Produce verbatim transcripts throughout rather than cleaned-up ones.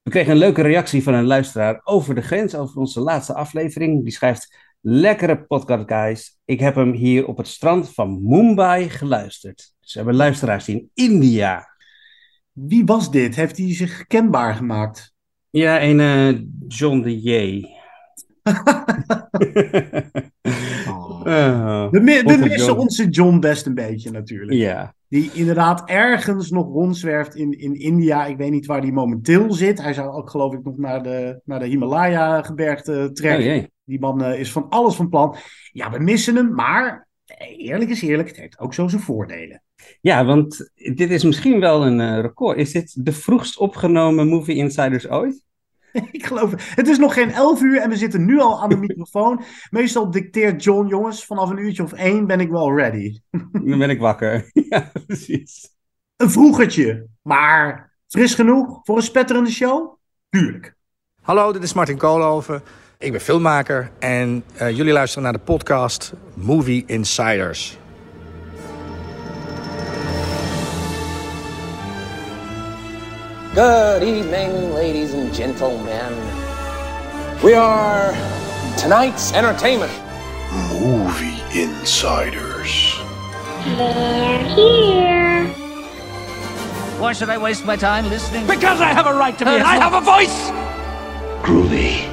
We kregen een leuke reactie van een luisteraar over de grens, over onze laatste aflevering. Die schrijft, lekkere podcast guys. Ik heb hem hier op het strand van Mumbai geluisterd. Dus we hebben luisteraars in India. Wie was dit? Heeft hij zich kenbaar gemaakt? Ja, een uh, John de J. Oh. uh, We, mi- we onze missen John. onze John best een beetje natuurlijk. Ja. Die inderdaad ergens nog rondzwerft in, in India. Ik weet niet waar die momenteel zit. Hij zou ook geloof ik nog naar de, naar de Himalaya-gebergte trekken. Oh jee. Die man uh, is van alles van plan. Ja, we missen hem, maar eerlijk is eerlijk, het heeft ook zo zijn voordelen. Ja, want dit is misschien wel een uh, record. Is dit de vroegst opgenomen Movie Insiders ooit? Ik geloof het. Het is nog geen elf uur en we zitten nu al aan de microfoon. Meestal dicteert John, jongens, vanaf een uurtje of één ben ik wel ready. Dan ben ik wakker. Ja, precies. Een vroegertje, maar fris genoeg voor een spetterende show? Tuurlijk. Hallo, dit is Martin Koolhoven. Ik ben filmmaker en uh, jullie luisteren naar de podcast Movie Insiders. Good evening, ladies and gentlemen. We are tonight's entertainment. Movie Insiders. They're here. Why should I waste my time listening? Because I have a right to be. I have a voice. Groovy.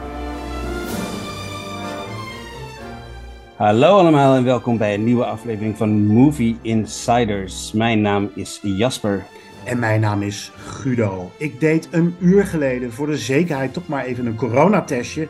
Hallo allemaal en welkom bij een nieuwe aflevering van Movie Insiders. Mijn naam is Jasper. En mijn naam is Guido. Ik deed een uur geleden voor de zekerheid toch maar even een coronatestje.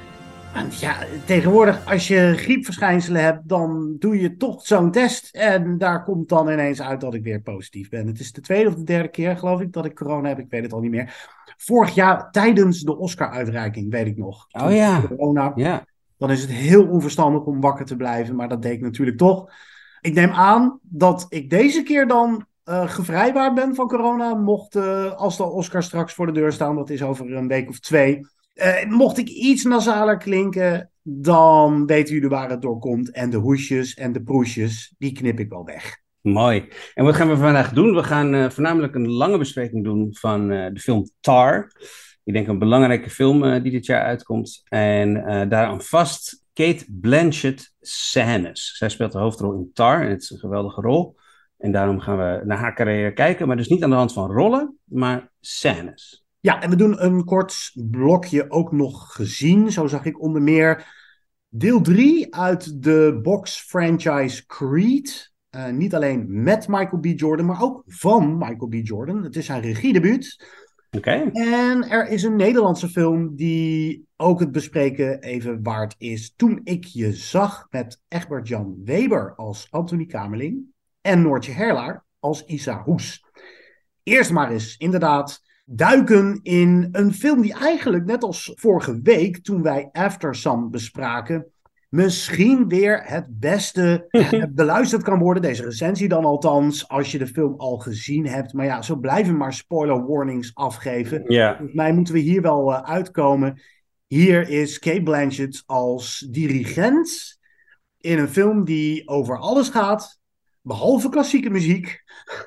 Want ja, tegenwoordig als je griepverschijnselen hebt, dan doe je toch zo'n test. En daar komt dan ineens uit dat ik weer positief ben. Het is de tweede of de derde keer, geloof ik, dat ik corona heb. Ik weet het al niet meer. Vorig jaar tijdens de Oscar-uitreiking, weet ik nog. Oh ja. Corona. Ja. Dan is het heel onverstandig om wakker te blijven. Maar dat deed ik natuurlijk toch. Ik neem aan dat ik deze keer dan uh, gevrijwaard ben van corona. Mocht, uh, als de Oscar straks voor de deur staan, dat is over een week of twee. Uh, mocht ik iets nasaler klinken, dan weten jullie waar het door komt. En de hoesjes en de proesjes, die knip ik wel weg. Mooi. En wat gaan we vandaag doen? We gaan uh, voornamelijk een lange bespreking doen van uh, de film Tar. Ik denk een belangrijke film uh, die dit jaar uitkomt. En uh, daaraan vast Cate Blanchett scènes. Zij speelt de hoofdrol in Tar en het is een geweldige rol. En daarom gaan we naar haar carrière kijken. Maar dus niet aan de hand van rollen, maar scènes. Ja, en we doen een kort blokje ook nog gezien. Zo zag ik onder meer deel drie uit de box franchise Creed. Uh, niet alleen met Michael B. Jordan, maar ook van Michael B. Jordan. Het is zijn regiedebuut. Oké. Okay. En er is een Nederlandse film die ook het bespreken even waard is. Toen ik je zag met Egbert-Jan Weber als Anthony Kamerling en Noortje Herlaar als Isa Hoes. Eerst maar eens inderdaad duiken in een film die eigenlijk net als vorige week toen wij After Sun bespraken misschien weer het beste beluisterd kan worden. Deze recensie dan althans, als je de film al gezien hebt. Maar ja, zo blijven maar spoiler warnings afgeven. Ja. Volgens mij moeten we hier wel uh, uitkomen. Hier is Cate Blanchett als dirigent in een film die over alles gaat, behalve klassieke muziek.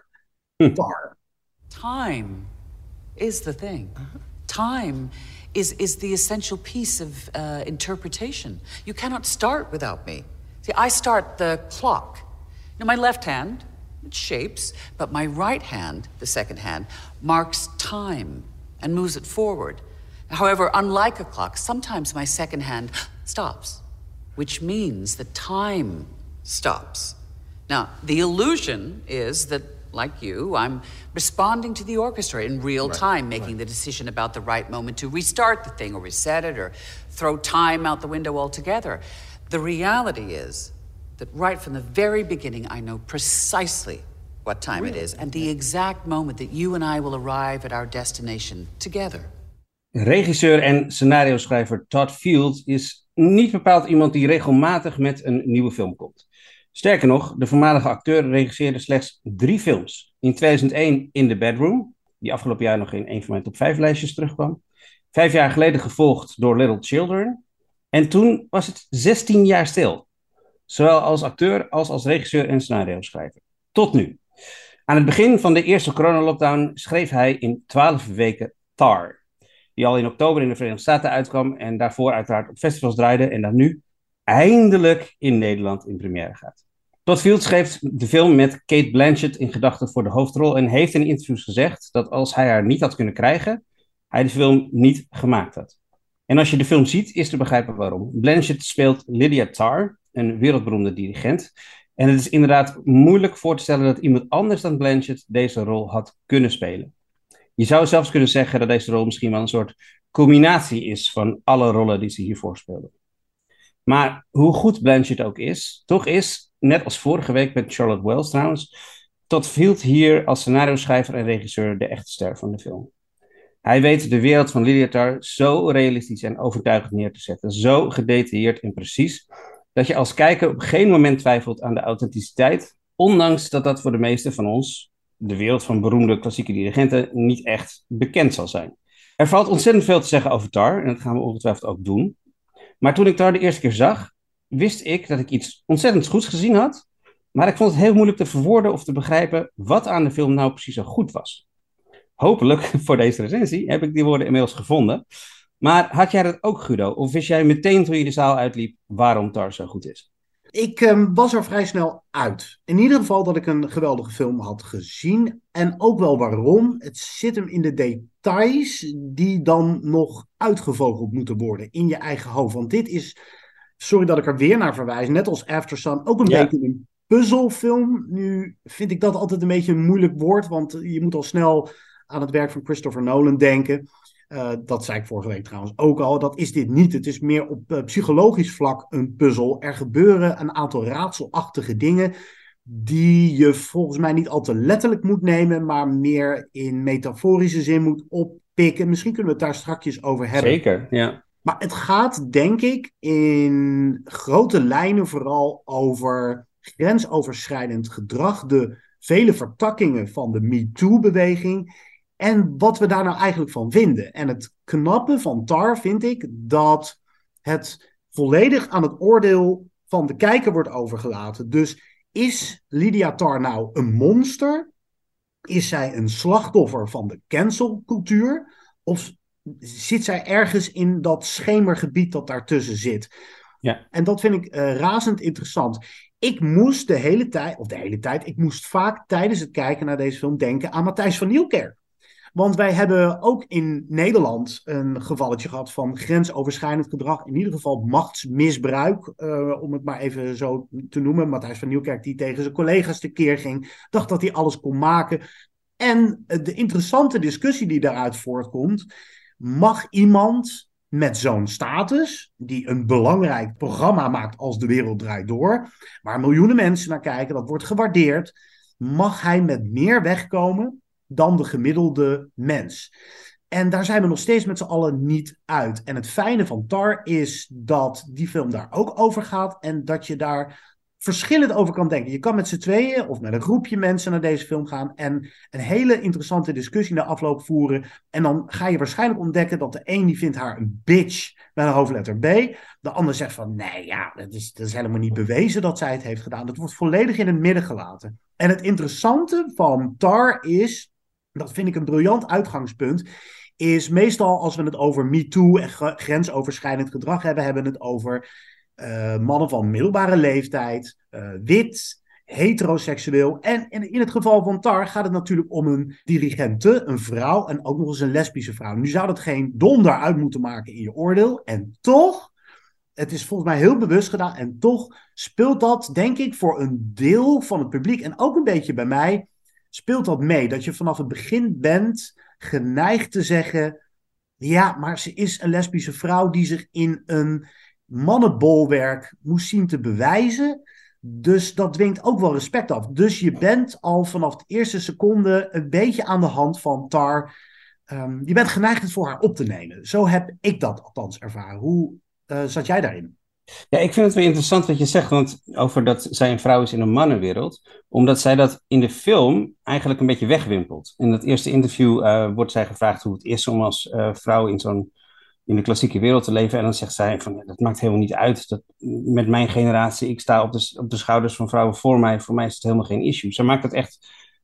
Tar. Time is the thing. Time is, is the essential piece of uh, interpretation. You cannot start without me. See, I start the clock. You know, my left hand, it shapes, but my right hand, the second hand, marks time and moves it forward. However, unlike a clock, sometimes my second hand stops, which means that time stops. Now, the illusion is that, like you, I'm responding to the orchestra in real right, time, making right. the decision about the right moment to restart the thing or reset it or throw time out the window altogether. The reality is that right from the very beginning, I know precisely what time really? it is and the exact moment that you and I will arrive at our destination together. Regisseur en scenario-schrijver Todd Field is niet bepaald iemand die regelmatig met een nieuwe film komt. Sterker nog, de voormalige acteur regisseerde slechts drie films. In tweeduizend één In the Bedroom, die afgelopen jaar nog in een van mijn top vijf lijstjes terugkwam. Vijf jaar geleden gevolgd door Little Children. En toen was het zestien jaar stil. Zowel als acteur als als regisseur en scenario-schrijver. Tot nu. Aan het begin van de eerste coronalockdown schreef hij in twaalf weken Tar. die al in oktober in de Verenigde Staten uitkwam en daarvoor uiteraard op festivals draaide en dan nu eindelijk in Nederland in première gaat. Todd Fields schreef de film met Cate Blanchett in gedachten voor de hoofdrol en heeft in interviews gezegd dat als hij haar niet had kunnen krijgen, hij de film niet gemaakt had. En als je de film ziet, is te begrijpen waarom. Blanchett speelt Lydia Tarr, een wereldberoemde dirigent. En het is inderdaad moeilijk voor te stellen dat iemand anders dan Blanchett deze rol had kunnen spelen. Je zou zelfs kunnen zeggen dat deze rol misschien wel een soort combinatie is van alle rollen die ze hiervoor speelden. Maar hoe goed Blanchett ook is, toch is, net als vorige week met Charlotte Wells trouwens, Todd Field hier als scenario-schrijver en regisseur de echte ster van de film. Hij weet de wereld van Lydia Tarr zo realistisch en overtuigend neer te zetten, zo gedetailleerd en precies, dat je als kijker op geen moment twijfelt aan de authenticiteit, ondanks dat dat voor de meesten van ons, de wereld van beroemde klassieke dirigenten, niet echt bekend zal zijn. Er valt ontzettend veel te zeggen over Tarr, en dat gaan we ongetwijfeld ook doen. Maar toen ik Tarr de eerste keer zag, wist ik dat ik iets ontzettend goeds gezien had, maar ik vond het heel moeilijk te verwoorden of te begrijpen wat aan de film nou precies zo goed was. Hopelijk voor deze recensie heb ik die woorden inmiddels gevonden. Maar had jij dat ook, Guido? Of wist jij meteen toen je de zaal uitliep waarom Tarr zo goed is? Ik um, was er vrij snel uit. In ieder geval dat ik een geweldige film had gezien. En ook wel waarom. Het zit hem in de details die dan nog uitgevogeld moeten worden in je eigen hoofd. Want dit is, sorry dat ik er weer naar verwijs, net als After Sun, ook een ja. beetje een puzzelfilm. Nu vind ik dat altijd een beetje een moeilijk woord, want je moet al snel aan het werk van Christopher Nolan denken. Uh, dat zei ik vorige week trouwens ook al. Dat is dit niet. Het is meer op uh, psychologisch vlak een puzzel. Er gebeuren een aantal raadselachtige dingen die je volgens mij niet al te letterlijk moet nemen, maar meer in metaforische zin moet oppikken. Misschien kunnen we het daar strakjes over hebben. Zeker, ja. Maar het gaat, denk ik, in grote lijnen vooral over grensoverschrijdend gedrag, de vele vertakkingen van de MeToo-beweging en wat we daar nou eigenlijk van vinden. En het knappe van Tarr vind ik dat het volledig aan het oordeel van de kijker wordt overgelaten. Dus is Lydia Tarr nou een monster? Is zij een slachtoffer van de cancelcultuur? Of zit zij ergens in dat schemergebied dat daartussen zit? Ja. En dat vind ik uh, razend interessant. Ik moest de hele tijd, of de hele tijd, ik moest vaak tijdens het kijken naar deze film denken aan Matthijs van Nieuwkerk. Want wij hebben ook in Nederland een gevalletje gehad van grensoverschrijdend gedrag. In ieder geval machtsmisbruik, uh, om het maar even zo te noemen. Matthijs van Nieuwkerk die tegen zijn collega's tekeer ging, dacht dat hij alles kon maken. En uh, de interessante discussie die daaruit voortkomt, mag iemand met zo'n status, die een belangrijk programma maakt als De Wereld Draait Door, waar miljoenen mensen naar kijken, dat wordt gewaardeerd, mag hij met meer wegkomen dan de gemiddelde mens? En daar zijn we nog steeds met z'n allen niet uit. En het fijne van Tarr is dat die film daar ook over gaat en dat je daar verschillend over kan denken. Je kan met z'n tweeën of met een groepje mensen naar deze film gaan en een hele interessante discussie na afloop voeren. En dan ga je waarschijnlijk ontdekken dat de een die vindt haar een bitch met een hoofdletter B. De ander zegt van nee, ja, dat is, dat is helemaal niet bewezen dat zij het heeft gedaan. Dat wordt volledig in het midden gelaten. En het interessante van Tarr is, dat vind ik een briljant uitgangspunt, is meestal als we het over MeToo en grensoverschrijdend gedrag hebben, hebben we het over Uh, mannen van middelbare leeftijd, uh, wit, heteroseksueel. En, en in het geval van Tarr gaat het natuurlijk om een dirigente, een vrouw en ook nog eens een lesbische vrouw. Nu zou dat geen donder uit moeten maken in je oordeel. En toch, het is volgens mij heel bewust gedaan, en toch speelt dat, denk ik, voor een deel van het publiek en ook een beetje bij mij, speelt dat mee. Dat je vanaf het begin bent geneigd te zeggen, ja, maar ze is een lesbische vrouw die zich in een mannenbolwerk moest zien te bewijzen. Dus dat dwingt ook wel respect af. Dus je bent al vanaf de eerste seconde een beetje aan de hand van Tarr. Um, je bent geneigd het voor haar op te nemen. Zo heb ik dat althans ervaren. Hoe uh, zat jij daarin? Ja, ik vind het wel interessant wat je zegt, want over dat zij een vrouw is in een mannenwereld, omdat zij dat in de film eigenlijk een beetje wegwimpelt. In dat eerste interview uh, wordt zij gevraagd hoe het is om als uh, vrouw in zo'n in de klassieke wereld te leven. En dan zegt zij van, dat maakt helemaal niet uit. Dat, met mijn generatie, ik sta op de, op de schouders van vrouwen voor mij. Voor mij is het helemaal geen issue. Zij maakt het echt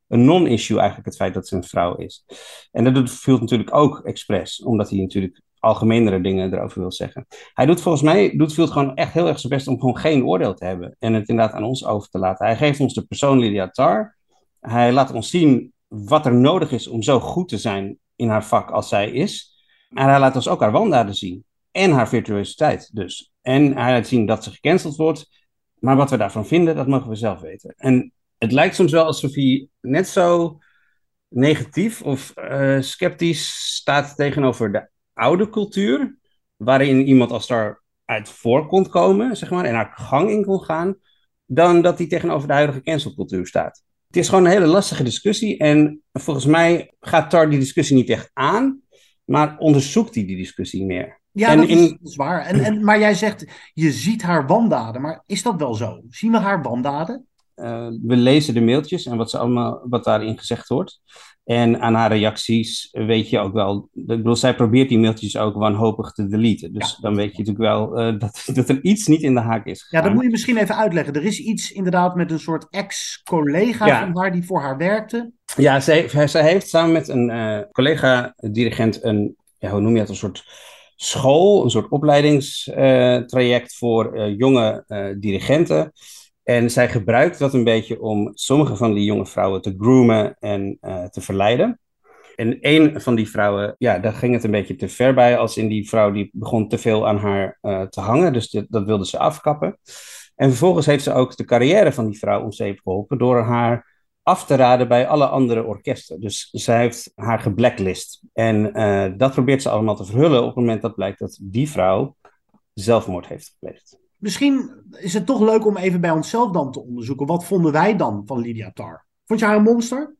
een non-issue eigenlijk het feit dat ze een vrouw is. En dat doet Field natuurlijk ook expres, omdat hij natuurlijk algemenere dingen erover wil zeggen. Hij doet volgens mij, doet Field gewoon echt heel erg zijn best om gewoon geen oordeel te hebben en het inderdaad aan ons over te laten. Hij geeft ons de persoon Lydia Tarr. Hij laat ons zien wat er nodig is om zo goed te zijn in haar vak als zij is. En hij laat ons ook haar wandaden zien. En haar virtuositeit dus. En hij laat zien dat ze gecanceld wordt. Maar wat we daarvan vinden, dat mogen we zelf weten. En het lijkt soms wel alsof hij net zo negatief of uh, sceptisch staat tegenover de oude cultuur. Waarin iemand als daar uit voor kon komen, zeg maar, en haar gang in kon gaan. Dan dat hij tegenover de huidige cancelcultuur staat. Het is gewoon een hele lastige discussie. En volgens mij gaat Tarr die discussie niet echt aan. Maar onderzoekt hij die discussie meer. Ja, en dat, is, in... dat is waar. En, en, maar jij zegt, je ziet haar wandaden. Maar is dat wel zo? Zien we haar wandaden? Uh, we lezen de mailtjes en wat, ze allemaal, wat daarin gezegd wordt. En aan haar reacties weet je ook wel... Ik bedoel, zij probeert die mailtjes ook wanhopig te deleten. Dus ja, dan weet je natuurlijk wel uh, dat, dat er iets niet in de haak is gegaan. Ja, dat moet je misschien even uitleggen. Er is iets inderdaad met een soort ex-collega ja. van haar die voor haar werkte. Ja, zij, zij heeft samen met een uh, collega-dirigent een... Ja, hoe noem je dat? Een soort school, een soort opleidingstraject uh, voor uh, jonge uh, dirigenten. En zij gebruikt dat een beetje om sommige van die jonge vrouwen te groomen en uh, te verleiden. En een van die vrouwen, ja, daar ging het een beetje te ver bij, als in die vrouw die begon te veel aan haar uh, te hangen. Dus dit, dat wilde ze afkappen. En vervolgens heeft ze ook de carrière van die vrouw om zeep geholpen door haar af te raden bij alle andere orkesten. Dus zij heeft haar geblacklist. En uh, dat probeert ze allemaal te verhullen op het moment dat blijkt dat die vrouw zelfmoord heeft gepleegd. Misschien is het toch leuk om even bij onszelf dan te onderzoeken. Wat vonden wij dan van Lydia Tarr? Vond je haar een monster?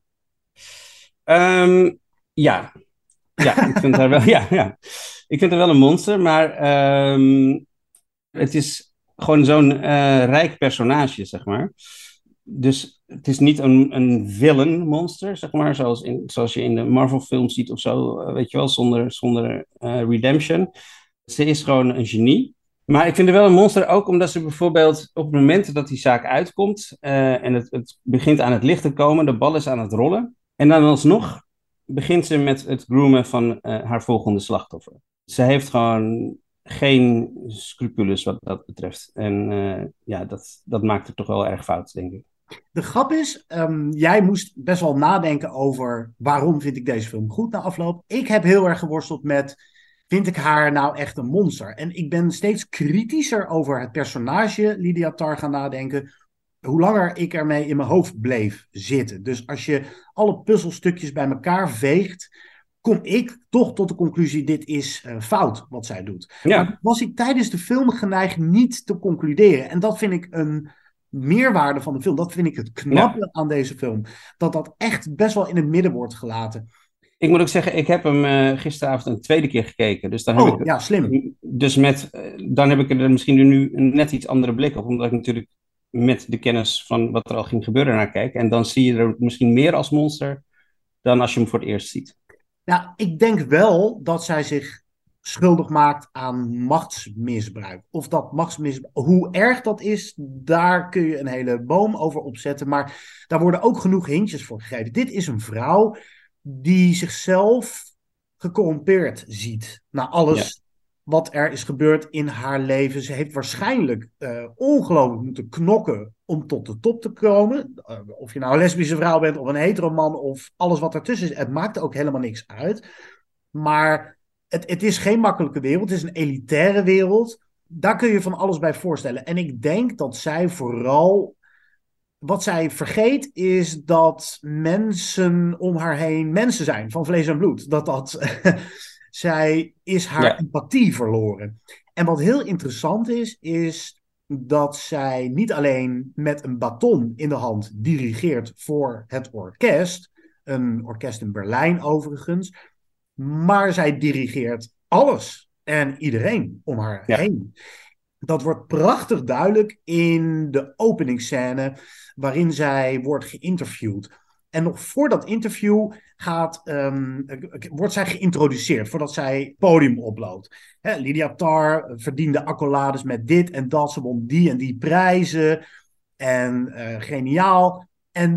Um, ja. Ja, ik vind haar wel, ja, ja. Ik vind haar wel een monster, maar um, het is gewoon zo'n uh, rijk personage, zeg maar. Dus het is niet een, een villain monster, zeg maar, zoals, in, zoals je in de Marvel films ziet of zo, uh, weet je wel, zonder, zonder uh, redemption. Ze is gewoon een genie. Maar ik vind haar wel een monster ook omdat ze bijvoorbeeld op het moment dat die zaak uitkomt uh, en het, het begint aan het licht te komen, de bal is aan het rollen. En dan alsnog begint ze met het groomen van uh, haar volgende slachtoffer. Ze heeft gewoon geen scrupules wat dat betreft. En uh, ja, dat, dat maakt het toch wel erg fout, denk ik. De grap is, um, jij moest best wel nadenken over waarom vind ik deze film goed na afloop. Ik heb heel erg geworsteld met, vind ik haar nou echt een monster? En ik ben steeds kritischer over het personage Lydia Tarr gaan nadenken, hoe langer ik ermee in mijn hoofd bleef zitten. Dus als je alle puzzelstukjes bij elkaar veegt, kom ik toch tot de conclusie, dit is uh, fout wat zij doet. Ja. Maar was ik tijdens de film geneigd niet te concluderen. En dat vind ik een meerwaarde van de film. Dat vind ik het knappe ja. aan deze film. Dat dat echt best wel in het midden wordt gelaten. Ik moet ook zeggen, ik heb hem uh, gisteravond een tweede keer gekeken. Dus dan heb oh, ik, ja, slim. Dus met, uh, dan heb ik er misschien nu een net iets andere blik op. Omdat ik natuurlijk met de kennis van wat er al ging gebeuren naar kijk. En dan zie je er misschien meer als monster dan als je hem voor het eerst ziet. Nou, ik denk wel dat zij zich schuldig maakt aan machtsmisbruik. Of dat machtsmisbruik, hoe erg dat is, daar kun je een hele boom over opzetten. Maar daar worden ook genoeg hintjes voor gegeven. Dit is een vrouw die zichzelf gecorrumpeerd ziet. Na alles ja. wat er is gebeurd in haar leven. Ze heeft waarschijnlijk uh, ongelooflijk moeten knokken om tot de top te komen. Uh, of je nou een lesbische vrouw bent of een hetero man of alles wat ertussen is. Het maakt ook helemaal niks uit. Maar het, het is geen makkelijke wereld. Het is een elitaire wereld. Daar kun je van alles bij voorstellen. En ik denk dat zij vooral... Wat zij vergeet is dat mensen om haar heen mensen zijn van vlees en bloed. Dat dat... zij is haar ja. empathie verloren. En wat heel interessant is, is dat zij niet alleen met een baton in de hand dirigeert voor het orkest. Een orkest in Berlijn overigens. Maar zij dirigeert alles en iedereen om haar ja. heen. Dat wordt prachtig duidelijk in de openingsscène waarin zij wordt geïnterviewd. En nog voor dat interview gaat, um, wordt zij geïntroduceerd, voordat zij het podium oploopt. Hè, Lydia Tarr verdiende accolades met dit en dat, ze won die en die prijzen. En uh, geniaal. En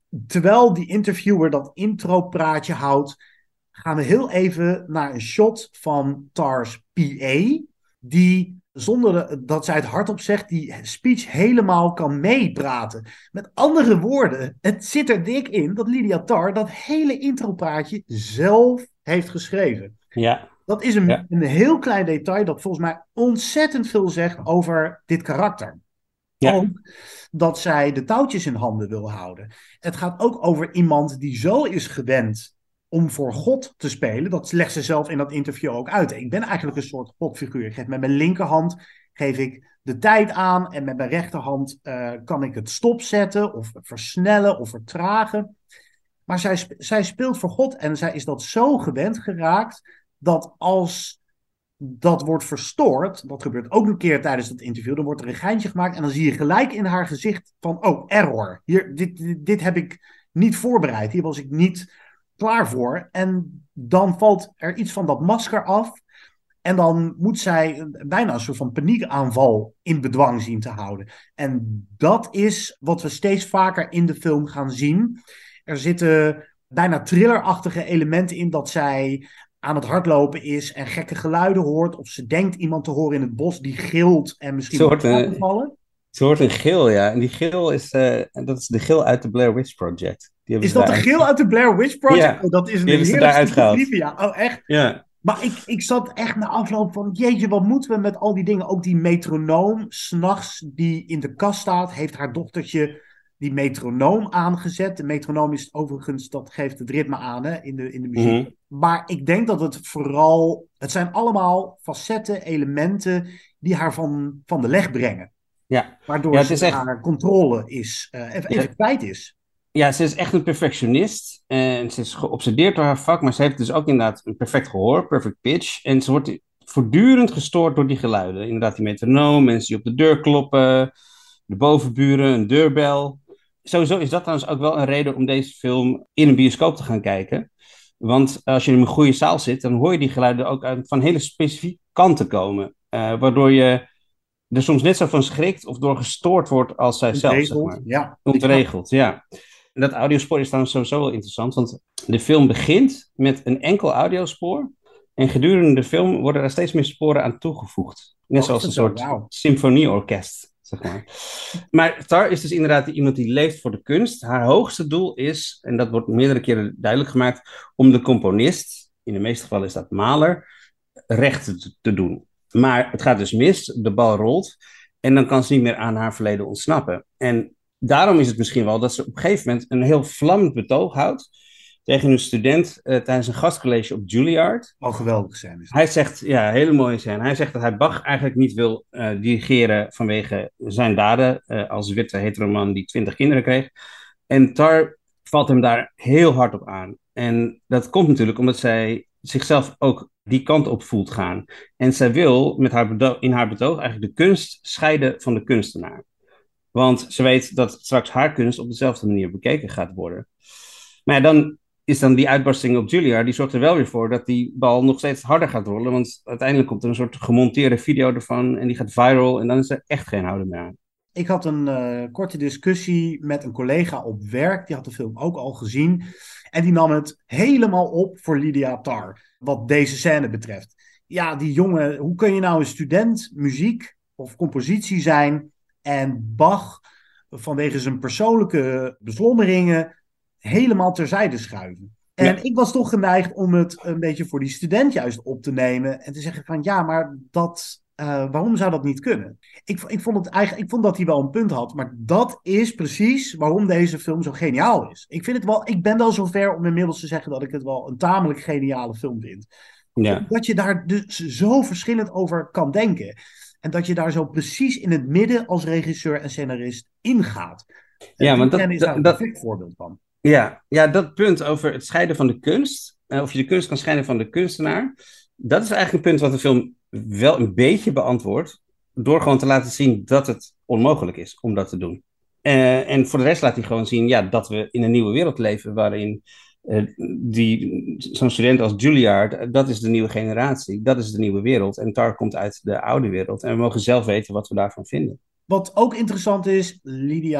terwijl die interviewer dat intro-praatje houdt, gaan we heel even naar een shot van Tar's P A, die, zonder dat zij het hardop zegt, die speech helemaal kan meepraten. Met andere woorden, het zit er dik in dat Lydia Tar dat hele intro-praatje zelf heeft geschreven. Ja. Dat is een, ja. een heel klein detail dat volgens mij ontzettend veel zegt over dit karakter. Ja. Ook dat zij de touwtjes in handen wil houden. Het gaat ook over iemand die zo is gewend om voor God te spelen. Dat legt ze zelf in dat interview ook uit. Ik ben eigenlijk een soort godfiguur. Ik geef met mijn linkerhand geef ik de tijd aan en met mijn rechterhand uh, kan ik het stopzetten of versnellen of vertragen. Maar zij, zij speelt voor God en zij is dat zo gewend geraakt dat als dat wordt verstoord, dat gebeurt ook een keer tijdens dat interview, dan wordt er een geintje gemaakt en dan zie je gelijk in haar gezicht van, oh, error. Hier, dit, dit, dit heb ik niet voorbereid. Hier was ik niet klaar voor. En dan valt er iets van dat masker af en dan moet zij bijna een soort van paniekaanval in bedwang zien te houden. En dat is wat we steeds vaker in de film gaan zien. Er zitten bijna thrillerachtige elementen in dat zij aan het hardlopen is en gekke geluiden hoort. Of ze denkt iemand te horen in het bos die gilt en misschien wordt een vallen. Ze hoort een gil, ja. En die gil is, uh, dat is de gil uit de Blair Witch Project. Die is dat de gil uit de Blair Witch Project? Ja, oh, dat is een die hebben ze daar uitgehaald. Ja. Oh, echt? Ja. Maar ik, ik zat echt na afloop van, jeetje, wat moeten we met al die dingen? Ook die metronoom, 's nachts die in de kast staat, heeft haar dochtertje die metronoom aangezet. De metronoom is overigens, dat geeft het ritme aan hè, in, de, in de muziek. Mm-hmm. Maar ik denk dat het vooral, het zijn allemaal facetten, elementen die haar van, van de leg brengen. Ja. Waardoor ja, ze echt... haar controle is, uh, even, even ja. kwijt is. Ja, ze is echt een perfectionist. En ze is geobsedeerd door haar vak, maar ze heeft dus ook inderdaad een perfect gehoor, perfect pitch. En ze wordt voortdurend gestoord door die geluiden. Inderdaad, die metronoom, mensen die op de deur kloppen, de bovenburen, een deurbel. Sowieso is dat trouwens ook wel een reden om deze film in een bioscoop te gaan kijken. Want als je in een goede zaal zit, dan hoor je die geluiden ook uit, van hele specifieke kanten komen. Uh, waardoor je er soms net zo van schrikt of door gestoord wordt als zij zelf, zeg maar. Ja. Ontregeld, ja. En dat audiospoor is trouwens sowieso wel interessant, want de film begint met een enkel audiospoor. En gedurende de film worden er steeds meer sporen aan toegevoegd. Net oh, zoals een soort wow. symfonieorkest, zeg maar. Maar Tar is dus inderdaad iemand die leeft voor de kunst. Haar hoogste doel is, en dat wordt meerdere keren duidelijk gemaakt, om de componist, in de meeste gevallen is dat Mahler, recht te doen. Maar het gaat dus mis, de bal rolt, en dan kan ze niet meer aan haar verleden ontsnappen. En daarom is het misschien wel dat ze op een gegeven moment een heel vlammend betoog houdt tegen een student uh, tijdens een gastcollege op Juilliard. Oh, geweldig scène. Hij zegt, ja, hele mooie scène. Hij zegt dat hij Bach eigenlijk niet wil uh, dirigeren vanwege zijn daden uh, als witte heteroman die twintig kinderen kreeg. En Tar valt hem daar heel hard op aan. En dat komt natuurlijk omdat zij zichzelf ook die kant op voelt gaan. En zij wil met haar bedo- in haar betoog eigenlijk de kunst scheiden van de kunstenaar. Want ze weet dat straks haar kunst op dezelfde manier bekeken gaat worden. Maar ja, dan is dan die uitbarsting op Juilliard, die zorgt er wel weer voor dat die bal nog steeds harder gaat rollen. Want uiteindelijk komt er een soort gemonteerde video ervan en die gaat viral en dan is er echt geen houden meer aan. Ik had een uh, korte discussie met een collega op werk, die had de film ook al gezien. En die nam het helemaal op voor Lydia Tar, wat deze scène betreft. Ja, die jongen, hoe kun je nou een student muziek of compositie zijn en Bach vanwege zijn persoonlijke beslommeringen helemaal terzijde schuiven. En ja. Ik was toch geneigd om het een beetje voor die student juist op te nemen en te zeggen van ja, maar dat, uh, waarom zou dat niet kunnen? Ik, ik, vond het eigenlijk, ik vond dat hij wel een punt had, maar dat is precies waarom deze film zo geniaal is. Ik, vind het wel, ik ben wel zover om inmiddels te zeggen dat ik het wel een tamelijk geniale film vind. Ja. Dat je daar dus zo verschillend over kan denken. En dat je daar zo precies in het midden als regisseur en scenarist ingaat. Ja, want dat is daar een dat, perfect voorbeeld van. Ja, ja, dat punt over het scheiden van de kunst, uh, of je de kunst kan scheiden van de kunstenaar, dat is eigenlijk een punt wat de film wel een beetje beantwoordt, door gewoon te laten zien dat het onmogelijk is om dat te doen. Uh, en voor de rest laat hij gewoon zien ja, dat we in een nieuwe wereld leven waarin uh, die, zo'n student als Juilliard, dat is de nieuwe generatie, dat is de nieuwe wereld. En Tar komt uit de oude wereld en we mogen zelf weten wat we daarvan vinden. Wat ook interessant is, Lydia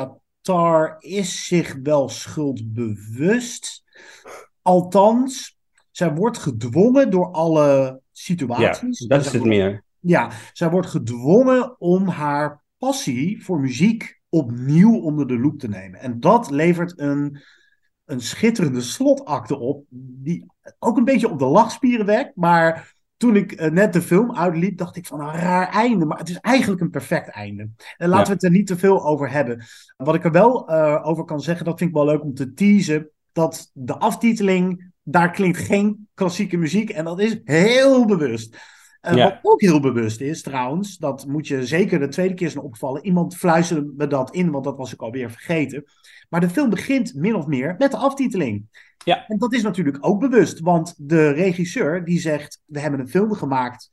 Tarr is zich wel schuldbewust. Althans, zij wordt gedwongen door alle situaties. Ja, dat is het meer. Ja, zij wordt gedwongen om haar passie voor muziek opnieuw onder de loep te nemen. En dat levert een, een schitterende slotakte op, die ook een beetje op de lachspieren wekt, maar toen ik uh, net de film uitliep, dacht ik van een raar einde, maar het is eigenlijk een perfect einde. En laten ja. we het er niet te veel over hebben. Wat ik er wel uh, over kan zeggen, dat vind ik wel leuk om te teasen, dat de aftiteling, daar klinkt geen klassieke muziek en dat is heel bewust. Uh, ja. Wat ook heel bewust is trouwens, dat moet je zeker de tweede keer zijn opgevallen. Iemand fluisterde me dat in, want dat was ik alweer vergeten. Maar de film begint min of meer met de aftiteling. Ja. En dat is natuurlijk ook bewust, want de regisseur die zegt, we hebben een film gemaakt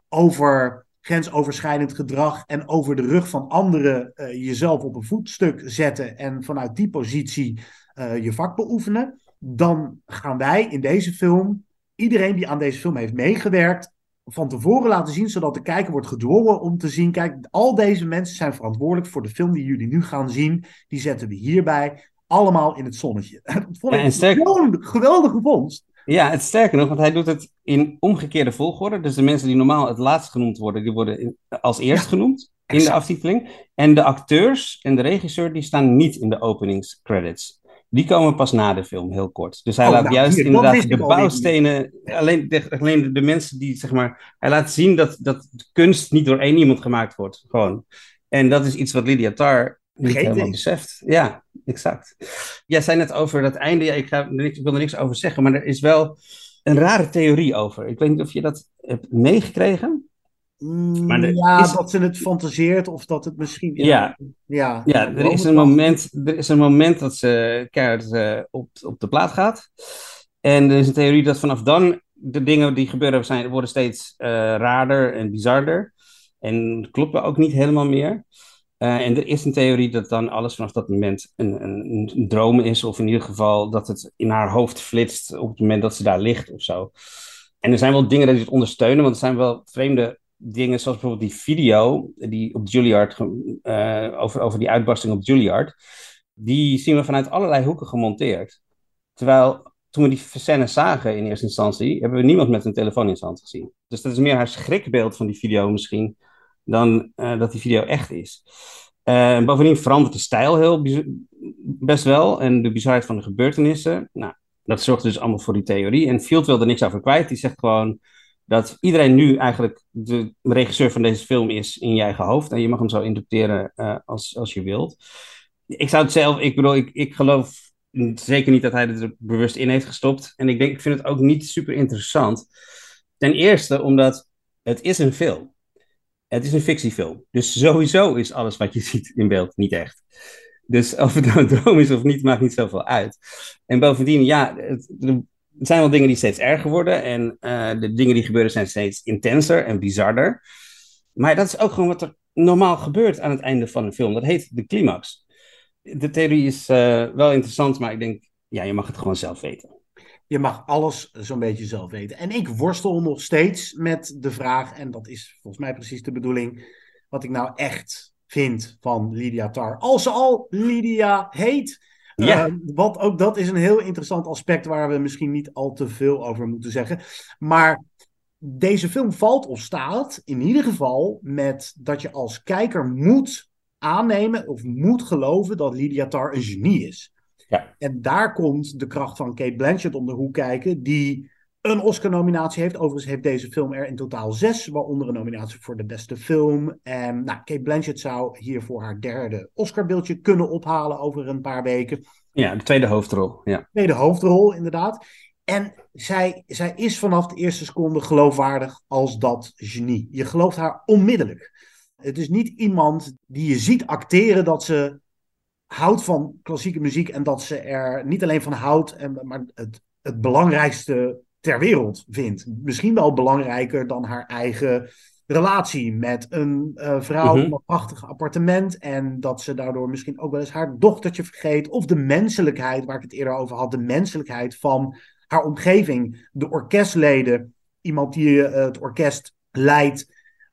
over grensoverschrijdend gedrag en over de rug van anderen uh, jezelf op een voetstuk zetten en vanuit die positie uh, je vak beoefenen. Dan gaan wij in deze film, iedereen die aan deze film heeft meegewerkt, van tevoren laten zien, zodat de kijker wordt gedwongen om te zien, kijk, al deze mensen zijn verantwoordelijk voor de film die jullie nu gaan zien. Die zetten we hierbij allemaal in het zonnetje. Dat vond ik ja, sterk... gewoon een geweldige vondst. Ja, het sterker nog, want hij doet het in omgekeerde volgorde. Dus de mensen die normaal het laatst genoemd worden, die worden in, als eerst ja, genoemd in exact. de aftiteling. En de acteurs en de regisseur, die staan niet in de openingscredits. Die komen pas na de film, heel kort. Dus hij oh, laat nou, juist hier, inderdaad de bouwstenen, alleen de, alleen de, de mensen die, zeg maar, hij laat zien dat, dat de kunst niet door één iemand gemaakt wordt, gewoon. En dat is iets wat Lydia Tarr niet Geen helemaal is. beseft. Ja, exact. Jij zei net over dat einde, ja, ik, ga, ik wil er niks over zeggen, maar er is wel een rare theorie over. Ik weet niet of je dat hebt meegekregen. Maar ja, is... dat ze het fantaseert of dat het misschien... Ja, ja, ja, ja er, is een moment, er is een moment dat ze keihard uh, op, op de plaat gaat. En er is een theorie dat vanaf dan de dingen die gebeuren zijn, worden steeds uh, raarder en bizarder. En kloppen ook niet helemaal meer. Uh, en er is een theorie dat dan alles vanaf dat moment een, een, een droom is. Of in ieder geval dat het in haar hoofd flitst op het moment dat ze daar ligt of zo. En er zijn wel dingen die het ondersteunen, want er zijn wel vreemde dingen, zoals bijvoorbeeld die video die op Juilliard, uh, over, over die uitbarsting op Juilliard, die zien we vanuit allerlei hoeken gemonteerd. Terwijl toen we die scène zagen in eerste instantie, hebben we niemand met een telefoon in zijn hand gezien. Dus dat is meer haar schrikbeeld van die video misschien, dan uh, dat die video echt is. Uh, bovendien verandert de stijl heel biz- best wel, en de bizarheid van de gebeurtenissen. Nou, dat zorgt dus allemaal voor die theorie. En Field wil er niks over kwijt. Die zegt gewoon dat iedereen nu eigenlijk de regisseur van deze film is in je eigen hoofd. En je mag hem zo interpreteren uh, als, als je wilt. Ik zou het zelf, ik bedoel, ik, ik geloof zeker niet dat hij het er bewust in heeft gestopt. En ik denk, ik vind het ook niet super interessant. Ten eerste omdat het is een film. Het is een fictiefilm. Dus sowieso is alles wat je ziet in beeld niet echt. Dus of het nou een droom is of niet, maakt niet zoveel uit. En bovendien, ja, het, er zijn wel dingen die steeds erger worden. En uh, de dingen die gebeuren zijn steeds intenser en bizarder. Maar dat is ook gewoon wat er normaal gebeurt aan het einde van een film. Dat heet de climax. De theorie is uh, wel interessant, maar ik denk, ja, je mag het gewoon zelf weten. Je mag alles zo'n beetje zelf weten. En ik worstel nog steeds met de vraag, en dat is volgens mij precies de bedoeling, wat ik nou echt vind van Lydia Tarr. Als ze al Lydia heet. Ja. Uh, want ook dat is een heel interessant aspect waar we misschien niet al te veel over moeten zeggen. Maar deze film valt of staat in ieder geval met dat je als kijker moet aannemen of moet geloven dat Lydia Tarr een genie is. Ja. En daar komt de kracht van Cate Blanchett om de hoek kijken, die een Oscar-nominatie heeft. Overigens heeft deze film er in totaal zes, waaronder een nominatie voor de beste film. En nou, Cate Blanchett zou hiervoor haar derde Oscar-beeldje kunnen ophalen over een paar weken. Ja, de tweede hoofdrol. Ja. Tweede hoofdrol, inderdaad. En zij, zij is vanaf de eerste seconde geloofwaardig als dat genie. Je gelooft haar onmiddellijk. Het is niet iemand die je ziet acteren dat ze houdt van klassieke muziek en dat ze er niet alleen van houdt, en, maar het, het belangrijkste ter wereld vindt. Misschien wel belangrijker dan haar eigen relatie met een uh, vrouw mm-hmm. in een prachtig appartement en dat ze daardoor misschien ook wel eens haar dochtertje vergeet of de menselijkheid, waar ik het eerder over had, de menselijkheid van haar omgeving, de orkestleden, iemand die uh, het orkest leidt,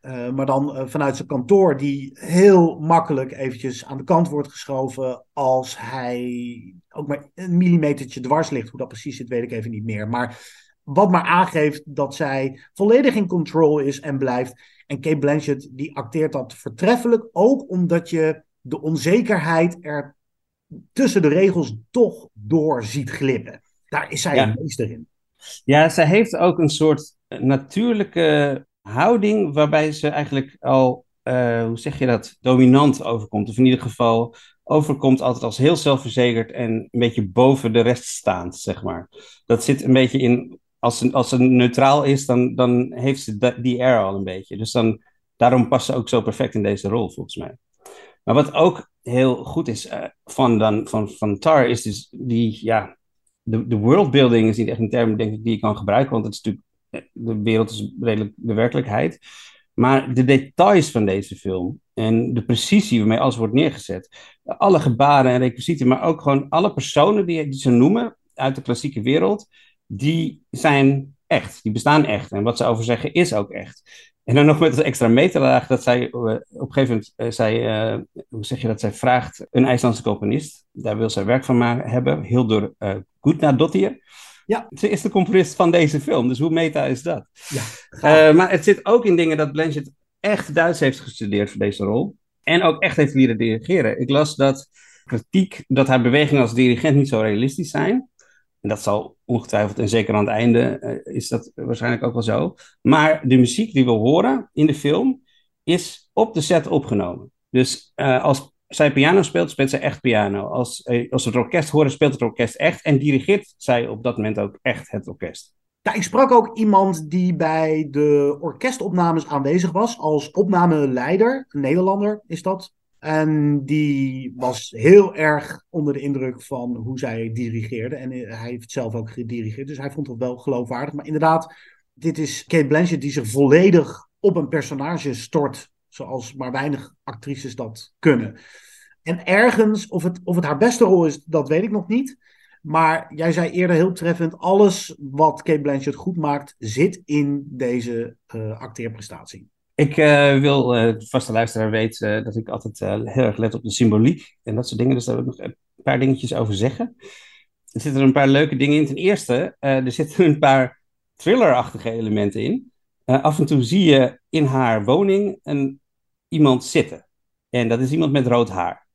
Uh, maar dan uh, vanuit zijn kantoor die heel makkelijk eventjes aan de kant wordt geschoven als hij ook maar een millimetertje dwars ligt. Hoe dat precies zit, weet ik even niet meer. Maar wat maar aangeeft dat zij volledig in control is en blijft. En Cate Blanchett die acteert dat voortreffelijk, ook omdat je de onzekerheid er tussen de regels toch door ziet glippen. Daar is zij ja. een meester in. Ja, zij heeft ook een soort natuurlijke houding waarbij ze eigenlijk al, uh, hoe zeg je dat, dominant overkomt. Of in ieder geval overkomt altijd als heel zelfverzekerd en een beetje boven de rest staand, zeg maar. Dat zit een beetje in, als ze, als ze neutraal is, dan, dan heeft ze da- die air al een beetje. Dus dan, daarom past ze ook zo perfect in deze rol, volgens mij. Maar wat ook heel goed is uh, van, dan, van, van Tar, is dus die, ja, de, de worldbuilding is niet echt een term, denk ik, die je kan gebruiken, want het is natuurlijk, de wereld is redelijk de werkelijkheid. Maar de details van deze film en de precisie waarmee alles wordt neergezet, alle gebaren en requisieten, maar ook gewoon alle personen die, die ze noemen uit de klassieke wereld, die zijn echt, die bestaan echt. En wat ze over zeggen is ook echt. En dan nog met het extra meterlaag dat zij uh, op een gegeven moment, uh, zij, uh, hoe zeg je dat, zij vraagt een IJslandse componist, daar wil zij werk van maken, hebben, Hildur uh, Gudnadottir. Ja. Ze is de componist van deze film, dus hoe meta is dat? Ja, uh, maar het zit ook in dingen dat Blanchett echt Duits heeft gestudeerd voor deze rol. En ook echt heeft leren dirigeren. Ik las dat kritiek, dat haar bewegingen als dirigent niet zo realistisch zijn. En dat zal ongetwijfeld, en zeker aan het einde, uh, is dat waarschijnlijk ook wel zo. Maar de muziek die we horen in de film, is op de set opgenomen. Dus uh, als zij piano speelt, speelt zij echt piano. Als, als we het orkest horen, speelt het orkest echt. En dirigeert zij op dat moment ook echt het orkest. Ja, ik sprak ook iemand die bij de orkestopnames aanwezig was. Als opnameleider, een Nederlander is dat. En die was heel erg onder de indruk van hoe zij dirigeerde. En hij heeft zelf ook gedirigeerd, dus hij vond het wel geloofwaardig. Maar inderdaad, dit is Cate Blanchett die zich volledig op een personage stort, zoals maar weinig actrices dat kunnen. En ergens, of het, of het haar beste rol is, dat weet ik nog niet. Maar jij zei eerder heel treffend, alles wat Cate Blanchett goed maakt, zit in deze uh, acteerprestatie. Ik uh, wil, uh, de vaste luisteraar weet uh, dat ik altijd uh, heel erg let op de symboliek en dat soort dingen. Dus daar wil ik nog een paar dingetjes over zeggen. Er zitten een paar leuke dingen in. Ten eerste, uh, er zitten een paar thrillerachtige elementen in. Uh, af en toe zie je in haar woning een, iemand zitten. En dat is iemand met rood haar.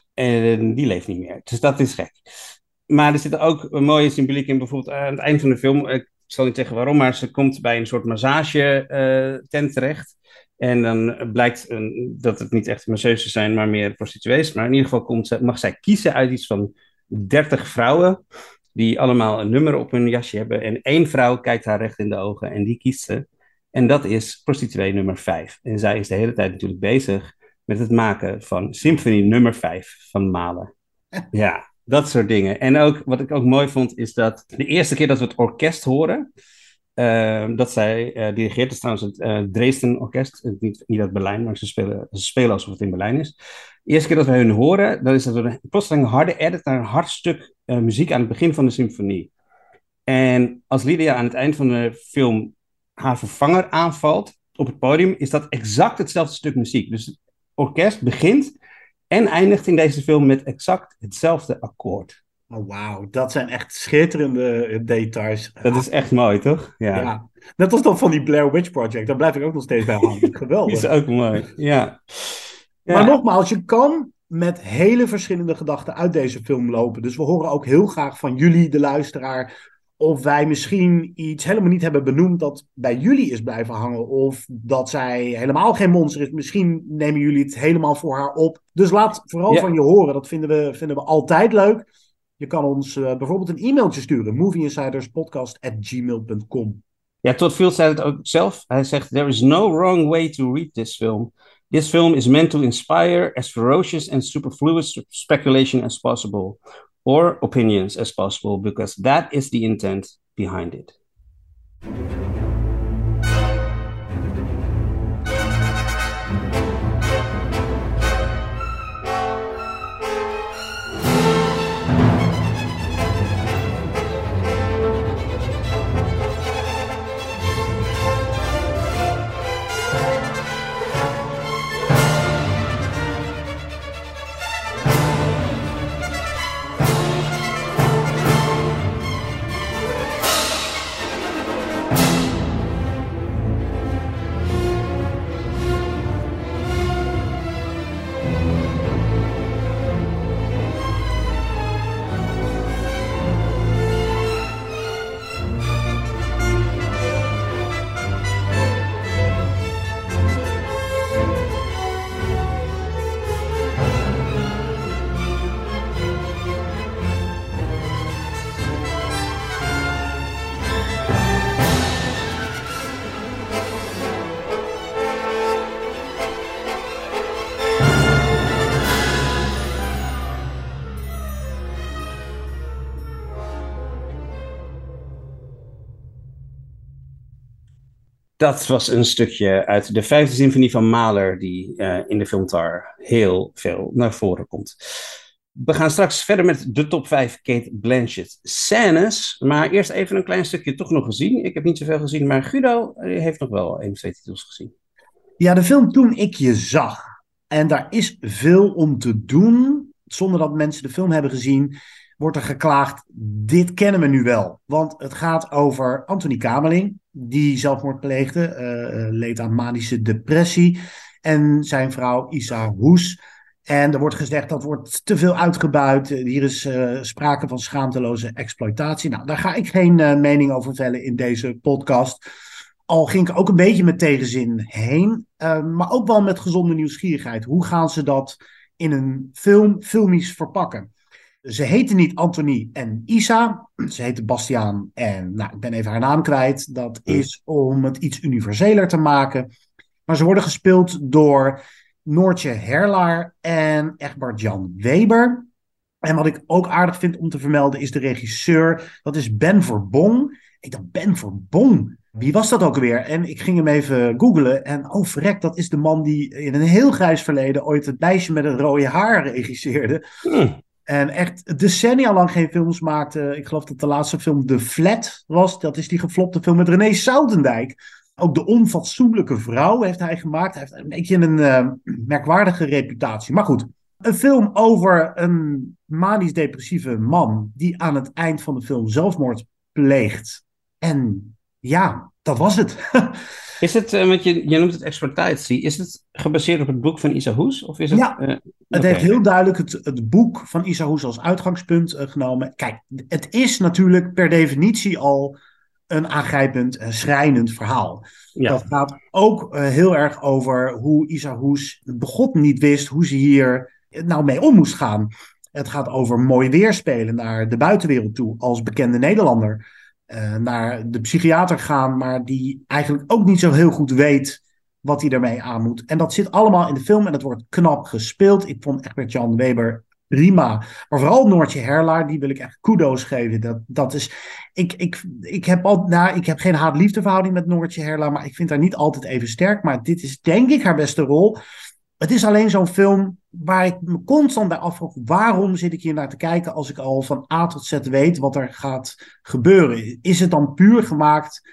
En die leeft niet meer. Dus dat is gek. Maar er zit ook een mooie symboliek in. Bijvoorbeeld aan het eind van de film, ik zal niet zeggen waarom, maar ze komt bij een soort massage uh, tent terecht. En dan blijkt een, dat het niet echt masseuses zijn, maar meer prostituees. Maar in ieder geval komt ze, mag zij kiezen uit iets van dertig vrouwen, die allemaal een nummer op hun jasje hebben. En één vrouw kijkt haar recht in de ogen en die kiest ze. En dat is prostituee nummer vijf. En zij is de hele tijd natuurlijk bezig met het maken van symfonie nummer vijf van Mahler. Ja, dat soort dingen. En ook, wat ik ook mooi vond, is dat de eerste keer dat we het orkest horen, uh, dat zij uh, dirigeert, is trouwens het uh, Dresden Orkest, niet, niet uit Berlijn, maar ze spelen, ze spelen alsof het in Berlijn is. De eerste keer dat we hun horen, dan is dat een plotseling harde edit naar een hard stuk uh, muziek aan het begin van de symfonie. En als Lydia aan het eind van de film haar vervanger aanvalt op het podium, is dat exact hetzelfde stuk muziek. Dus het orkest begint en eindigt in deze film met exact hetzelfde akkoord. Oh, wauw, dat zijn echt schitterende details. Dat is echt mooi, toch? Ja. ja. Net als dat van die Blair Witch Project, daar blijf ik ook nog steeds bij hangen. Geweldig. Die is ook mooi, ja. ja. Maar nogmaals, je kan met hele verschillende gedachten uit deze film lopen. Dus we horen ook heel graag van jullie, de luisteraar, of wij misschien iets helemaal niet hebben benoemd dat bij jullie is blijven hangen. Of dat zij helemaal geen monster is. Misschien nemen jullie het helemaal voor haar op. Dus laat vooral ja. van je horen. Dat vinden we, vinden we altijd leuk. Je kan ons uh, bijvoorbeeld een e-mailtje sturen. movieinsiderspodcast at gmail dot com. Ja, Todd Field zei het ook zelf. Hij zegt, there is no wrong way to read this film. This film is meant to inspire as ferocious and superfluous speculation as possible. Or opinions as possible, because that is the intent behind it. Dat was een stukje uit de vijfde symfonie van Mahler, die uh, in de film Tar heel veel naar voren komt. We gaan straks verder met de top vijf Cate Blanchett scènes. Maar eerst even een klein stukje toch nog gezien. Ik heb niet zoveel gezien, maar Guido heeft nog wel één of twee titels gezien. Ja, de film Toen ik je zag. En daar is veel om te doen. Zonder dat mensen de film hebben gezien, wordt er geklaagd. Dit kennen we nu wel. Want het gaat over Anthony Kamerling, die zelfmoord pleegde, uh, leed aan manische depressie. En zijn vrouw Isa Hoes. En er wordt gezegd dat wordt te veel uitgebuit. Hier is uh, sprake van schaamteloze exploitatie. Nou, daar ga ik geen uh, mening over vellen in deze podcast. Al ging ik ook een beetje met tegenzin heen. Uh, maar ook wel met gezonde nieuwsgierigheid. Hoe gaan ze dat in een film filmisch verpakken? Ze heten niet Anthony en Isa. Ze heten Bastiaan en, nou, ik ben even haar naam kwijt. Dat is om het iets universeler te maken. Maar ze worden gespeeld door Noortje Herlaar en Egbert Jan Weber. En wat ik ook aardig vind om te vermelden is de regisseur. Dat is Ben Verbong. Ik dacht, Ben Verbong? Wie was dat ook weer? En ik ging hem even googlen. En oh verrek, dat is de man die in een heel grijs verleden ooit Het meisje met het rode haar regisseerde. Mm. En echt decennia lang geen films maakte. Ik geloof dat de laatste film The Flat was. Dat is die geflopte film met René Soutendijk. Ook De Onfatsoenlijke Vrouw heeft hij gemaakt. Hij heeft een beetje een uh, merkwaardige reputatie. Maar goed, een film over een manisch-depressieve man die aan het eind van de film zelfmoord pleegt. En ja, dat was het. Is het, uh, want je, je noemt het exploitatie, is het gebaseerd op het boek van Isa Hoes? Of is het, ja, uh, het okay. heeft heel duidelijk het, het boek van Isa Hoes als uitgangspunt uh, genomen. Kijk, het is natuurlijk per definitie al een aangrijpend, uh, schrijnend verhaal. Ja. Dat gaat ook uh, heel erg over hoe Isa Hoes begot niet wist hoe ze hier nou mee om moest gaan. Het gaat over mooi weerspelen naar de buitenwereld toe als bekende Nederlander. Uh, naar de psychiater gaan, maar die eigenlijk ook niet zo heel goed weet wat hij daarmee aan moet. En dat zit allemaal in de film en dat wordt knap gespeeld. Ik vond Egbert Jan Weber prima. Maar vooral Noortje Herlaar, die wil ik echt kudo's geven. Dat, dat is, ik, ik, ik, heb al, nou, ik heb geen haat-liefde verhouding met Noortje Herlaar, maar ik vind haar niet altijd even sterk. Maar dit is denk ik haar beste rol. Het is alleen zo'n film waar ik me constant bij afvraag, waarom zit ik hier naar te kijken als ik al van A tot Z weet wat er gaat gebeuren? Is het dan puur gemaakt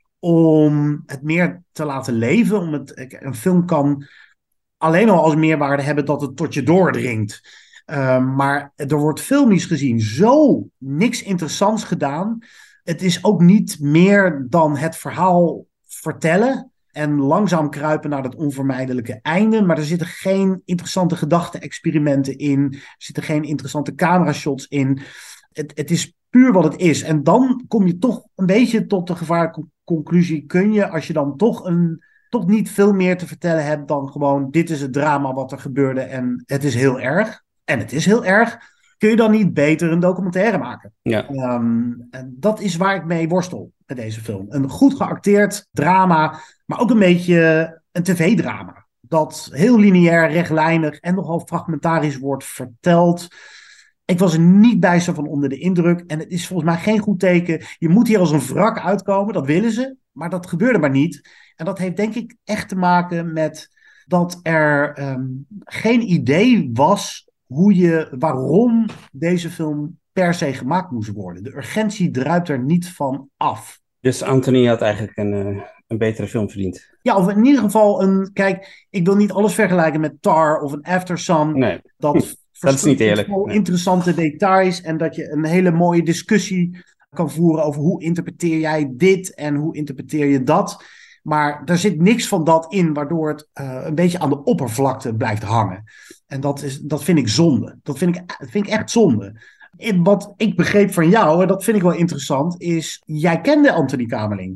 om het meer te laten leven? Om het, een film kan alleen al als meerwaarde hebben dat het tot je doordringt. Uh, maar er wordt filmisch gezien zo niks interessants gedaan. Het is ook niet meer dan het verhaal vertellen en langzaam kruipen naar dat onvermijdelijke einde. Maar er zitten geen interessante gedachte-experimenten in. Er zitten geen interessante camera-shots in. Het, het is puur wat het is. En dan kom je toch een beetje tot de gevaarlijke conclusie. Kun je, als je dan toch, een, toch niet veel meer te vertellen hebt dan gewoon dit is het drama wat er gebeurde en het is heel erg. En het is heel erg. Kun je dan niet beter een documentaire maken? Ja. Um, en dat is waar ik mee worstel met deze film. Een goed geacteerd drama, maar ook een beetje een tv-drama. Dat heel lineair, rechtlijnig en nogal fragmentarisch wordt verteld. Ik was er niet bijster van onder de indruk. En het is volgens mij geen goed teken. Je moet hier als een wrak uitkomen, dat willen ze. Maar dat gebeurde maar niet. En dat heeft denk ik echt te maken met dat er um, geen idee was hoe je, waarom deze film per se gemaakt moest worden. De urgentie druipt er niet van af. Dus Anthony had eigenlijk een, uh, een betere film verdiend. Ja, of in ieder geval een... Kijk, ik wil niet alles vergelijken met Tar of een After Sun. Nee, dat, dat is niet eerlijk. Nee. Interessante details en dat je een hele mooie discussie kan voeren over hoe interpreteer jij dit en hoe interpreteer je dat. Maar er zit niks van dat in, waardoor het uh, een beetje aan de oppervlakte blijft hangen. En dat, is, dat vind ik zonde. Dat vind ik, dat vind ik echt zonde. En wat ik begreep van jou, en dat vind ik wel interessant, is jij kende Anthony Kamerling.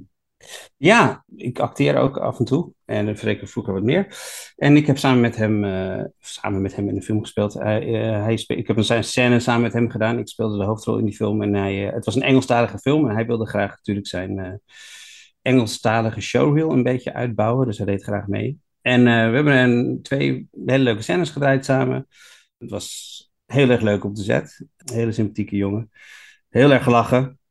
Ja, ik acteer ook af en toe. En zeker vroeger wat meer. En ik heb samen met hem, uh, samen met hem in een film gespeeld. Uh, uh, hij spe- ik heb een scène samen met hem gedaan. Ik speelde de hoofdrol in die film. En hij, uh, het was een Engelstalige film. En hij wilde graag natuurlijk zijn uh, Engelstalige showreel een beetje uitbouwen. Dus hij deed graag mee. En uh, we hebben een, twee hele leuke scènes gedraaid samen. Het was heel erg leuk op de set. Een hele sympathieke jongen. Heel erg gelachen.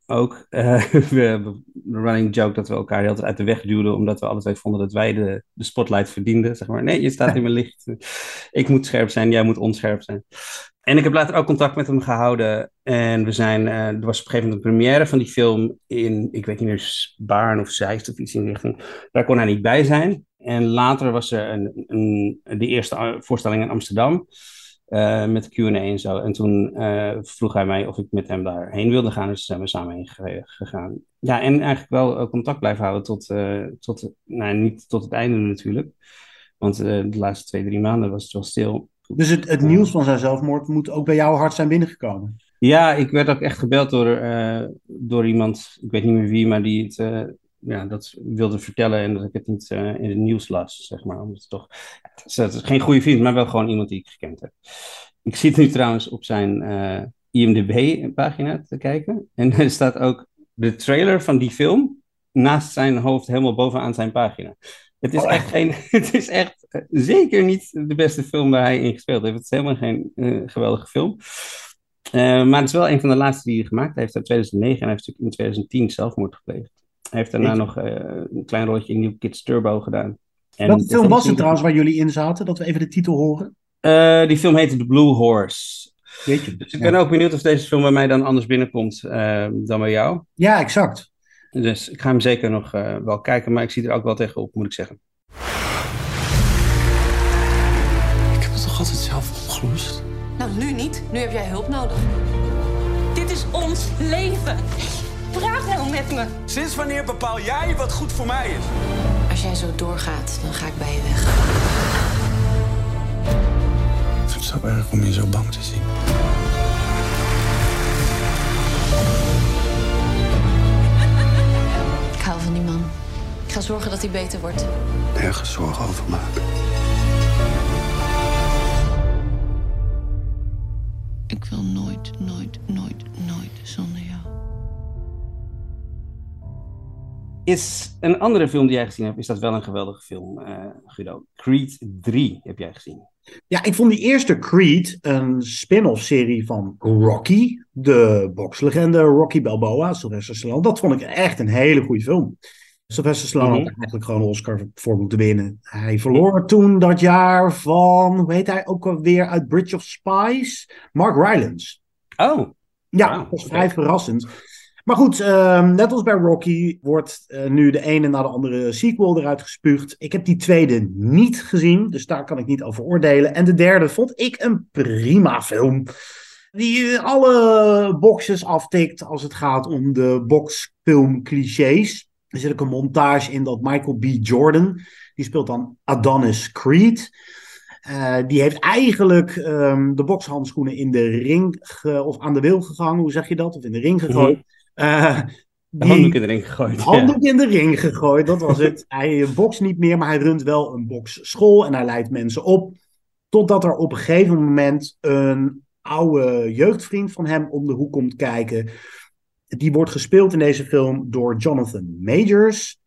ook. Uh, we hebben de running joke dat we elkaar heel uit de weg duwden, omdat we alle twee vonden dat wij de, de spotlight verdienden. Zeg maar, nee, je staat in mijn licht. Ik moet scherp zijn, jij moet onscherp zijn. En ik heb later ook contact met hem gehouden. En we zijn, uh, er was op een gegeven moment een première van die film in, ik weet niet meer, Baarn of Zeist of iets in die richting. Daar kon hij niet bij zijn. En later was er een, een, de eerste voorstelling in Amsterdam. Uh, met de Q en A en zo. En toen uh, vroeg hij mij of ik met hem daarheen wilde gaan. Dus zijn we samen heen ge- gegaan. Ja, en eigenlijk wel uh, contact blijven houden tot, uh, tot, nou niet tot het einde natuurlijk. Want uh, de laatste twee, drie maanden was het wel stil. Dus het, het nieuws van zijn zelfmoord moet ook bij jou hard zijn binnengekomen? Ja, ik werd ook echt gebeld door, uh, door iemand, ik weet niet meer wie, maar die het... Uh, ja, dat wilde vertellen en dat ik het niet uh, in het nieuws las, zeg maar. Omdat het toch, ja, het, is, het is geen goede vriend, maar wel gewoon iemand die ik gekend heb. Ik zit nu trouwens op zijn uh, I M D B-pagina te kijken. En er staat ook de trailer van die film naast zijn hoofd helemaal bovenaan zijn pagina. Het is, oh, echt, geen, het is echt uh, zeker niet de beste film waar hij in gespeeld heeft. Het is helemaal geen uh, geweldige film. Uh, maar het is wel een van de laatste die hij gemaakt heeft uit tweeduizend negen. En hij heeft natuurlijk in tweeduizend tien zelfmoord gepleegd. Hij heeft daarna nog uh, een klein rolletje in New Kids Turbo gedaan. En welke film was het trouwens waar jullie in zaten? Dat we even de titel horen. Uh, die film heette The Blue Horse. Weet je, dus ik ben ja. ook benieuwd of deze film bij mij dan anders binnenkomt uh, dan bij jou. Ja, exact. Dus ik ga hem zeker nog uh, wel kijken, maar ik zie er ook wel tegenop, moet ik zeggen. Ik heb het toch altijd zelf opgelost? Nou, nu niet. Nu heb jij hulp nodig. Dit is ons leven. Praat nou met me. Sinds wanneer bepaal jij wat goed voor mij is? Als jij zo doorgaat, dan ga ik bij je weg. Ik vind het zo erg om je zo bang te zien. Ik hou van die man. Ik ga zorgen dat hij beter wordt. Nergens zorgen over maken. Ik wil nooit, nooit, nooit, nooit zonder jou. Is een andere film die jij gezien hebt, is dat wel een geweldige film, uh, Guido. Creed drie heb jij gezien. Ja, ik vond die eerste Creed een spin-off serie van Rocky. De bokslegende Rocky Balboa, Sylvester Stallone. Dat vond ik echt een hele goede film. Sylvester Stallone mm-hmm. had eigenlijk gewoon een Oscar voor moeten winnen. Hij verloor mm-hmm. toen dat jaar van, hoe heet hij ook alweer, uit Bridge of Spies? Mark Rylance. Oh. Ja, wow. dat was vrij verrassend. Maar goed, uh, net als bij Rocky wordt uh, nu de ene na de andere sequel eruit gespuugd. Ik heb die tweede niet gezien, dus daar kan ik niet over oordelen. En de derde vond ik een prima film. Die alle boxes aftikt als het gaat om de boxfilm clichés. Er zit ook een montage in dat Michael B. Jordan, die speelt dan Adonis Creed. Uh, die heeft eigenlijk um, de bokshandschoenen in de ring, ge- of aan de wil gegangen, hoe zeg je dat? Of in de ring gegooid. Mm-hmm. Uh, de handdoek in de ring gegooid. Handdoek ja. in de ring gegooid, dat was het. Hij bokst niet meer, maar hij runt wel een boksschool en hij leidt mensen op. Totdat er op een gegeven moment een oude jeugdvriend van hem om de hoek komt kijken. Die wordt gespeeld in deze film door Jonathan Majors.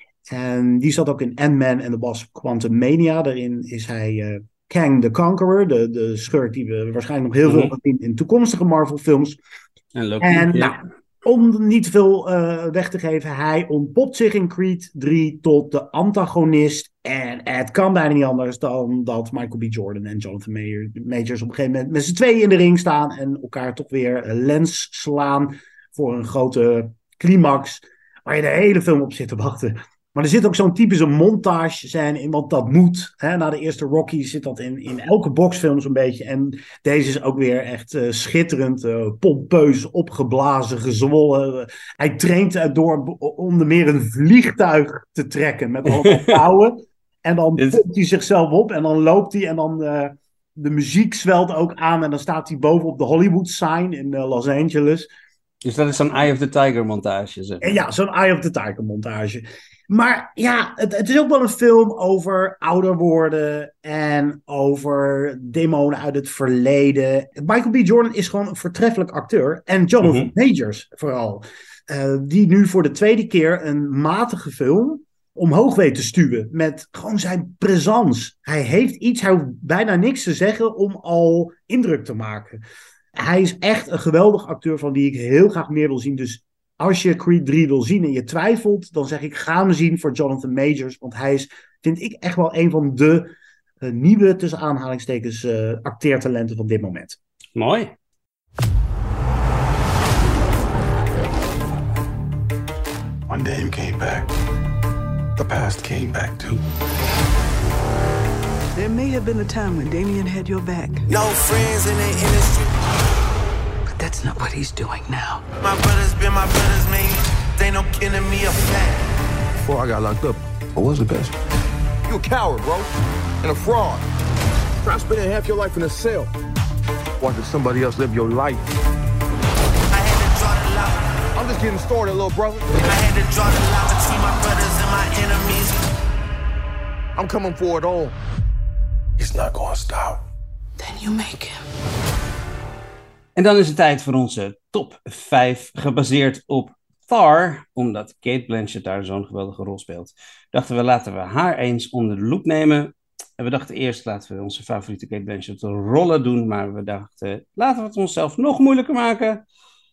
En die zat ook in Ant-Man and the Wasp Quantumania. Daarin is hij uh, Kang the Conqueror, de, de schurk die we waarschijnlijk nog heel mm-hmm. veel gaan zien in toekomstige Marvel-films. En, Loki, en ja. nou, om niet veel uh, weg te geven, hij ontpopt zich in Creed drie tot de antagonist. En het kan bijna niet anders dan dat Michael B. Jordan en Jonathan Majors op een gegeven moment met z'n tweeën in de ring staan en elkaar toch weer een lens slaan voor een grote climax waar je de hele film op zit te wachten. Maar er zit ook zo'n typische montage scène in, want dat moet. Hè? Na de eerste Rocky zit dat in, in elke boxfilm zo'n beetje. En deze is ook weer echt uh, schitterend, uh, pompeus, opgeblazen, gezwollen. Uh, hij traint uh, door onder meer een vliegtuig te trekken met allemaal touwen. En dan pompt hij zichzelf op en dan loopt hij en dan uh, de muziek zwelt ook aan. En dan staat hij boven op de Hollywood sign in uh, Los Angeles. Dus dat is zo'n Eye of the Tiger montage, zeg maar. Ja, zo'n Eye of the Tiger montage. Maar ja, het, het is ook wel een film over ouder worden en over demonen uit het verleden. Michael B. Jordan is gewoon een voortreffelijk acteur. En Jonathan mm-hmm. Majors vooral. Uh, die nu voor de tweede keer een matige film omhoog weet te stuwen. Met gewoon zijn présence. Hij heeft iets, hij hoeft bijna niks te zeggen om al indruk te maken. Hij is echt een geweldig acteur van wie ik heel graag meer wil zien. Dus als je Creed drie wil zien en je twijfelt, dan zeg ik ga hem zien voor Jonathan Majors. Want hij is, vind ik, echt wel een van de uh, nieuwe, tussen aanhalingstekens, uh, acteertalenten van dit moment. Mooi. One day you came back. The past came back too. There may have been a time when Damien had your back. No friends in the industry. But that's not what he's doing now. My brothers been my brothers, man. They no killing me a fact. Before I got locked up, I was the best. You a coward, bro. And a fraud. Try spending half your life in a cell. Watching somebody else live your life. I had to draw the line. I'm just getting started, little brother. I had to draw the line between my brothers and my enemies. I'm coming for it all. He's not gonna stop. Then you make him. En dan is het tijd voor onze top vijf, gebaseerd op Thor, omdat Cate Blanchett daar zo'n geweldige rol speelt. Dachten we, laten we haar eens onder de loep nemen. En we dachten eerst, laten we onze favoriete Cate Blanchett rollen doen, maar we dachten, laten we het onszelf nog moeilijker maken.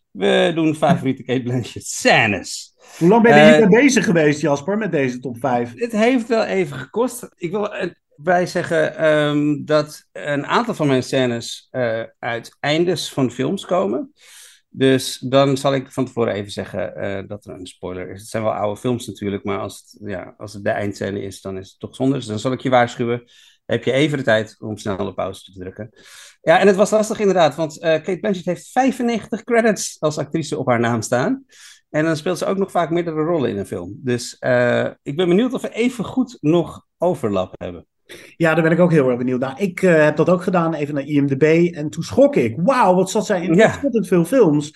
We doen favoriete Cate Blanchett scènes. Hoe lang ben je uh, hier mee bezig geweest, Jasper, met deze top vijf? Het heeft wel even gekost. Ik wil bij zeggen um, dat een aantal van mijn scènes uh, uit eindes van films komen. Dus dan zal ik van tevoren even zeggen uh, dat er een spoiler is. Het zijn wel oude films natuurlijk, maar als het, ja, als het de eindscène is, dan is het toch zonde. Dus dan zal ik je waarschuwen. Dan heb je even de tijd om snel op pauze te drukken. Ja, en het was lastig inderdaad, want uh, Cate Blanchett heeft vijfennegentig credits als actrice op haar naam staan. En dan speelt ze ook nog vaak meerdere rollen in een film. Dus uh, ik ben benieuwd of we even goed nog overlap hebben. Ja, daar ben ik ook heel erg benieuwd naar. Ik uh, heb dat ook gedaan, even naar I M D B. En toen schrok ik. Wauw, wat zat zij in ja. ontzettend veel films.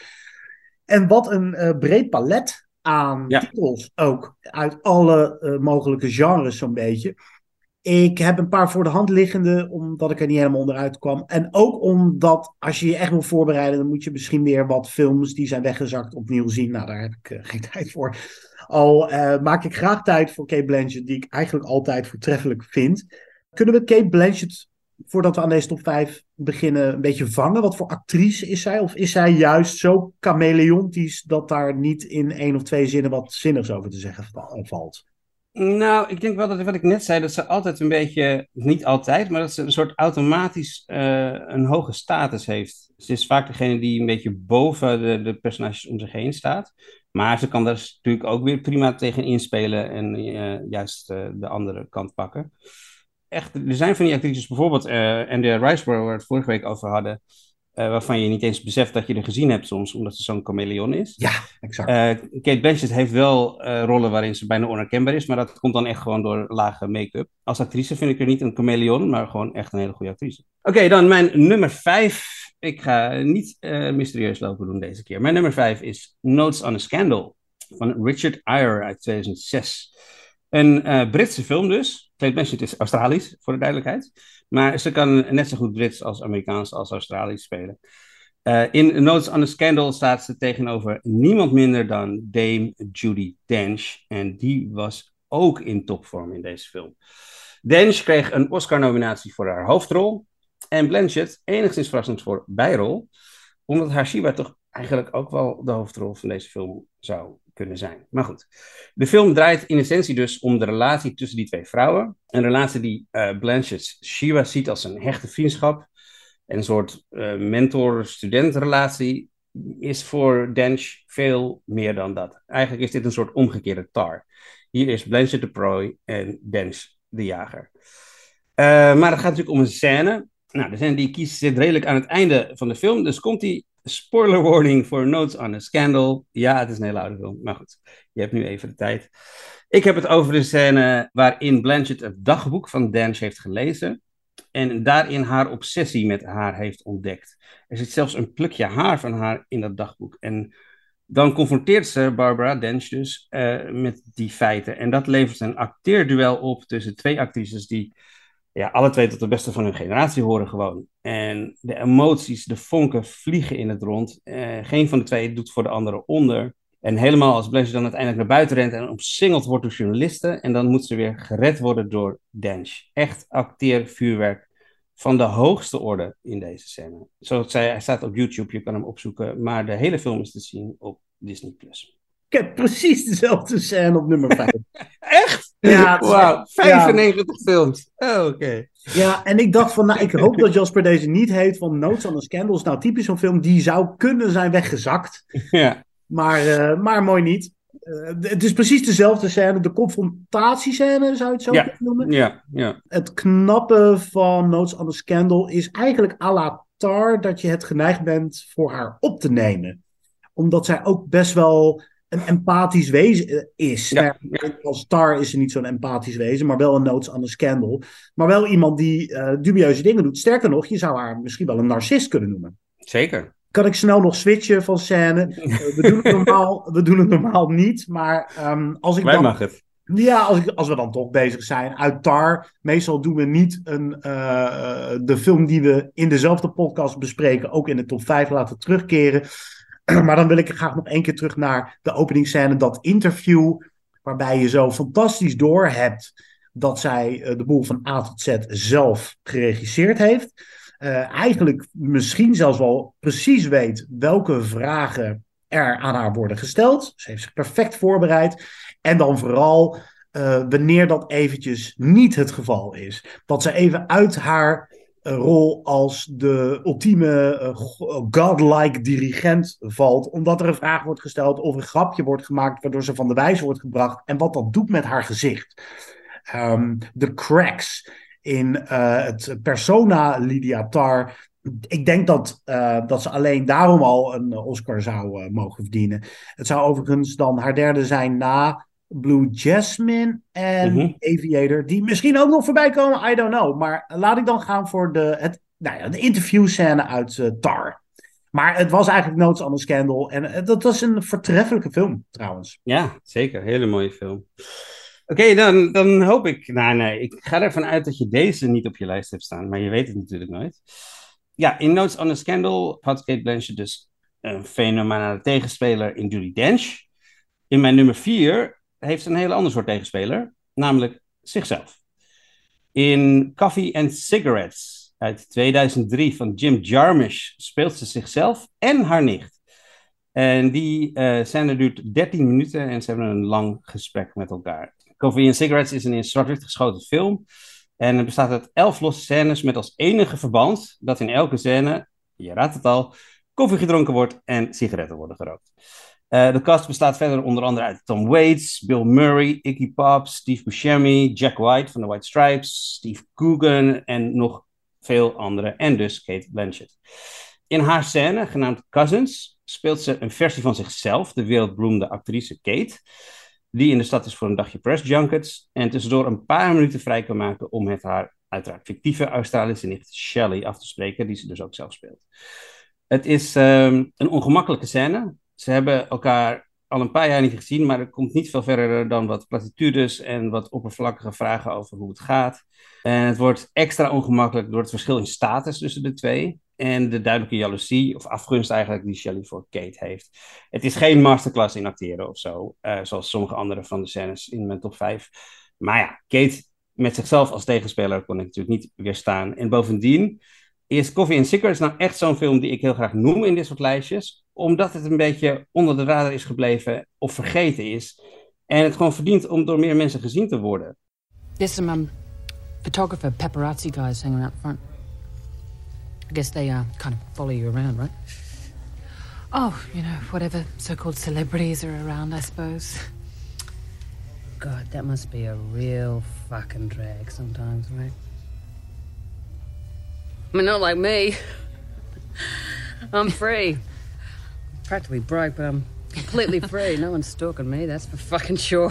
En wat een uh, breed palet aan ja. titels ook. Uit alle uh, mogelijke genres zo'n beetje. Ik heb een paar voor de hand liggende, omdat ik er niet helemaal onderuit kwam. En ook omdat, als je je echt wil voorbereiden, dan moet je misschien weer wat films die zijn weggezakt opnieuw zien. Nou, daar heb ik uh, geen tijd voor. Al uh, maak ik graag tijd voor Cate Blanchett, die ik eigenlijk altijd voortreffelijk vind. Kunnen we Cate Blanchett, voordat we aan deze top vijf beginnen, een beetje vangen? Wat voor actrice is zij? Of is zij juist zo chameleontisch dat daar niet in één of twee zinnen wat zinnigs over te zeggen valt? Nou, ik denk wel dat wat ik net zei, dat ze altijd een beetje, niet altijd, maar dat ze een soort automatisch uh, een hoge status heeft. Ze is vaak degene die een beetje boven de, de personages om zich heen staat. Maar ze kan daar natuurlijk ook weer prima tegen inspelen en uh, juist uh, de andere kant pakken. Echt, er zijn van die actrices, bijvoorbeeld uh, Andrea Riseborough, waar we het vorige week over hadden, uh, waarvan je niet eens beseft dat je er gezien hebt soms, omdat ze zo'n chameleon is. Ja, exact. Uh, Cate Blanchett heeft wel uh, rollen waarin ze bijna onherkenbaar is, maar dat komt dan echt gewoon door lage make-up. Als actrice vind ik er niet een chameleon, maar gewoon echt een hele goede actrice. Oké, okay, dan mijn nummer vijf. Ik ga niet uh, mysterieus lopen doen deze keer. Mijn nummer vijf is Notes on a Scandal van Richard Eyre uit tweeduizend zes. Een uh, Britse film dus. Cate Blanchett is Australisch, voor de duidelijkheid. Maar ze kan net zo goed Brits als Amerikaans als Australisch spelen. Uh, in Notes on a Scandal staat ze tegenover niemand minder dan Dame Judi Dench. En die was ook in topvorm in deze film. Dench kreeg een Oscar-nominatie voor haar hoofdrol. En Blanchett enigszins verrassend voor bijrol. Omdat haar Sheba toch eigenlijk ook wel de hoofdrol van deze film zou kunnen zijn. Maar goed, de film draait in essentie dus om de relatie tussen die twee vrouwen. Een relatie die uh, Blanchett Sheba ziet als een hechte vriendschap. En een soort uh, mentor-studentrelatie is voor Dench veel meer dan dat. Eigenlijk is dit een soort omgekeerde Tar. Hier is Blanchett de prooi en Dench de jager. Uh, maar het gaat natuurlijk om een scène. Nou, de scène die ik kies zit redelijk aan het einde van de film. Dus komt die spoiler warning voor Notes on a Scandal. Ja, het is een hele oude film, maar goed. Je hebt nu even de tijd. Ik heb het over de scène waarin Blanchett het dagboek van Dench heeft gelezen. En daarin haar obsessie met haar heeft ontdekt. Er zit zelfs een plukje haar van haar in dat dagboek. En dan confronteert ze Barbara Dench dus uh, met die feiten. En dat levert een acteerduel op tussen twee actrices die ja, alle twee tot de beste van hun generatie horen gewoon. En de emoties, de vonken vliegen in het rond. Uh, geen van de twee doet voor de andere onder. En helemaal als Blanchett dan uiteindelijk naar buiten rent en omsingeld wordt door journalisten. En dan moet ze weer gered worden door Dench. Echt acteervuurwerk van de hoogste orde in deze scène. Zoals ik zei, hij staat op YouTube, je kan hem opzoeken. Maar de hele film is te zien op Disney plus. Ik heb precies dezelfde scène op nummer vijf. Echt? Ja, wauw, vijfennegentig ja. films. Oh, oké. Okay. Ja, en ik dacht van, nou, ik hoop dat Jasper deze niet heeft van Notes on a Scandal. Nou, typisch zo'n film, die zou kunnen zijn weggezakt. Ja. Maar, uh, maar mooi niet. Uh, het is precies dezelfde scène, de confrontatiescène, zou je het zo ja. kunnen noemen. Ja, ja. Het knappe van Notes on a Scandal is eigenlijk à la Tar dat je het geneigd bent voor haar op te nemen. Omdat zij ook best wel een empathisch wezen is. Ja, ja. Als Tar is ze niet zo'n empathisch wezen, maar wel een Notes on a Scandal. Maar wel iemand die uh, dubieuze dingen doet. Sterker nog, je zou haar misschien wel een narcist kunnen noemen. Zeker. Kan ik snel nog switchen van scène? Uh, we, doen het normaal, we doen het normaal niet, maar um, als ik Wij dan... mag het. Ja, als, ik, als we dan toch bezig zijn. Uit Tar, meestal doen we niet een, uh, de film die we in dezelfde podcast bespreken, ook in de top vijf laten terugkeren. Maar dan wil ik graag nog één keer terug naar de openingsscène, dat interview, waarbij je zo fantastisch door hebt dat zij uh, de boel van A tot Z zelf geregisseerd heeft. Uh, eigenlijk misschien zelfs wel precies weet welke vragen er aan haar worden gesteld. Ze heeft zich perfect voorbereid. En dan vooral uh, wanneer dat eventjes niet het geval is. Dat ze even uit haar uh, rol als de ultieme uh, godlike dirigent valt. Omdat er een vraag wordt gesteld of een grapje wordt gemaakt waardoor ze van de wijs wordt gebracht. En wat dat doet met haar gezicht. Um, de cracks in uh, het persona Lydia Tar. Ik denk dat, uh, dat ze alleen daarom al een Oscar zou uh, mogen verdienen. Het zou overigens dan haar derde zijn na Blue Jasmine en mm-hmm. Aviator. Die misschien ook nog voorbij komen, I don't know. Maar laat ik dan gaan voor de, het, nou ja, de interviewscène uit uh, Tar. Maar het was eigenlijk Notes on a Scandal. En uh, dat was een voortreffelijke film trouwens. Ja, zeker. Hele mooie film. Oké, okay, dan, dan hoop ik... Nou nee, ik ga ervan uit dat je deze niet op je lijst hebt staan. Maar je weet het natuurlijk nooit. Ja, in Notes on a Scandal had Cate Blanchett dus een fenomenale tegenspeler in Judi Dench. In mijn nummer vier heeft ze een hele ander soort tegenspeler, namelijk zichzelf. In Coffee and Cigarettes uit tweeduizend drie van Jim Jarmusch speelt ze zichzelf en haar nicht. En die uh, scène duurt dertien minuten en ze hebben een lang gesprek met elkaar. Coffee and Cigarettes is een in zwart-wit geschoten film. En het bestaat uit elf losse scènes met als enige verband dat in elke scène, je raadt het al, koffie gedronken wordt en sigaretten worden gerookt. Uh, de cast bestaat verder onder andere uit Tom Waits, Bill Murray, Iggy Pop, Steve Buscemi, Jack White van de White Stripes, Steve Coogan en nog veel anderen. En dus Cate Blanchett. In haar scène, genaamd Cousins, speelt ze een versie van zichzelf, de wereldberoemde actrice Kate, die in de stad is voor een dagje pressjunkets en tussendoor een paar minuten vrij kan maken om met haar uiteraard fictieve Australische nicht Shelley af te spreken, die ze dus ook zelf speelt. Het is um, een ongemakkelijke scène. Ze hebben elkaar al een paar jaar niet gezien, maar er komt niet veel verder dan wat platitudes en wat oppervlakkige vragen over hoe het gaat. En het wordt extra ongemakkelijk door het verschil in status tussen de twee en de duidelijke jaloezie, of afgunst eigenlijk, die Shelley voor Kate heeft. Het is geen masterclass in acteren of zo, uh, zoals sommige andere van de scènes in mijn top vijf. Maar ja, Kate met zichzelf als tegenspeler kon ik natuurlijk niet weerstaan. En bovendien is Coffee and Cigarettes nou echt zo'n film die ik heel graag noem in dit soort lijstjes, omdat het een beetje onder de radar is gebleven of vergeten is. En het gewoon verdient om door meer mensen gezien te worden. There's some um, photographer, paparazzi guys hanging out front. I guess they uh, kind of follow you around, right? Oh, you know, whatever so-called celebrities are around, I suppose. God, that must be a real fucking drag sometimes, right? I mean, not like me. I'm free. Practically broke, but I'm completely free. No one's stalking me, that's for fucking sure.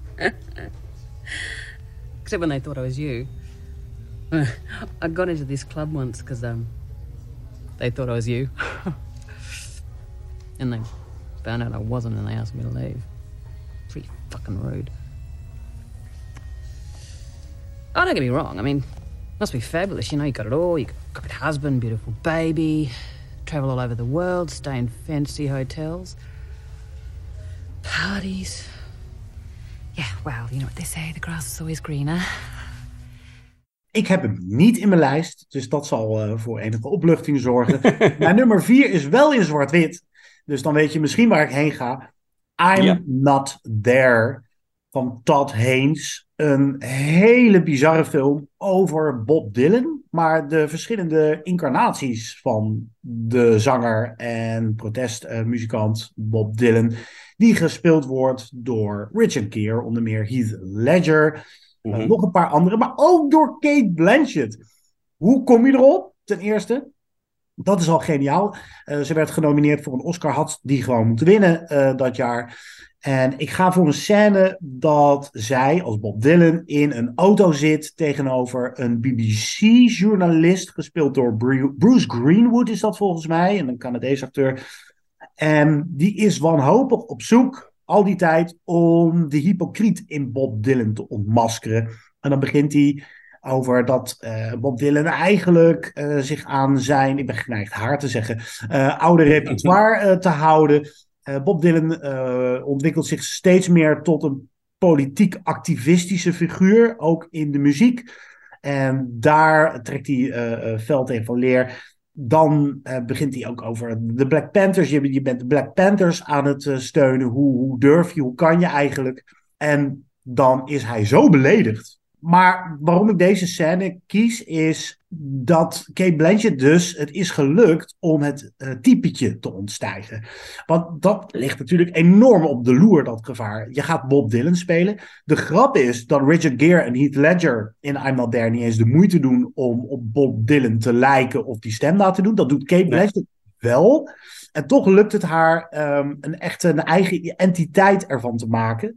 Except when they thought I was you. I got into this club once because um, they thought I was you. And they found out I wasn't and they asked me to leave. Pretty fucking rude. Oh, don't get me wrong. I mean, it must be fabulous. You know, you got it all. You got a good husband, beautiful baby, travel all over the world, stay in fancy hotels, parties. Yeah, well, you know what they say, the grass is always greener. Ik heb hem niet in mijn lijst, dus dat zal uh, voor enige opluchting zorgen. Mijn nummer vier is wel in zwart-wit, dus dan weet je misschien waar ik heen ga. I'm Ja. Not There van Todd Haynes. Een hele bizarre film over Bob Dylan, maar de verschillende incarnaties van de zanger en protestmuzikant Bob Dylan, die gespeeld wordt door Richard Gere, onder meer Heath Ledger, Mm-hmm. uh, nog een paar anderen, maar ook door Cate Blanchett. Hoe kom je erop? Ten eerste, dat is al geniaal. Uh, ze werd genomineerd voor een Oscar, had die gewoon moeten winnen uh, dat jaar. En ik ga voor een scène dat zij als Bob Dylan in een auto zit tegenover een B B C-journalist, gespeeld door Bruce Greenwood is dat volgens mij, een Canadese acteur. En die is wanhopig op zoek al die tijd om de hypocriet in Bob Dylan te ontmaskeren. En dan begint hij over dat uh, Bob Dylan eigenlijk uh, zich aan zijn, ik ben geneigd haar te zeggen, uh, oude repertoire uh, te houden. Uh, Bob Dylan uh, ontwikkelt zich steeds meer tot een politiek activistische figuur, ook in de muziek. En daar trekt hij uh, uh, veld in van leer. Dan uh, begint hij ook over de Black Panthers. Je, je bent de Black Panthers aan het uh, steunen. Hoe, hoe durf je, hoe kan je eigenlijk? En dan is hij zo beledigd. Maar waarom ik deze scène kies is dat Cate Blanchett dus, het is gelukt om het uh, typetje te ontstijgen. Want dat ligt natuurlijk enorm op de loer, dat gevaar. Je gaat Bob Dylan spelen. De grap is dat Richard Gere en Heath Ledger in I'm Not There niet eens de moeite doen om op Bob Dylan te lijken of die stem na te doen. Dat doet Cate Blanchett nee. wel. En toch lukt het haar um, een echte een eigen entiteit ervan te maken.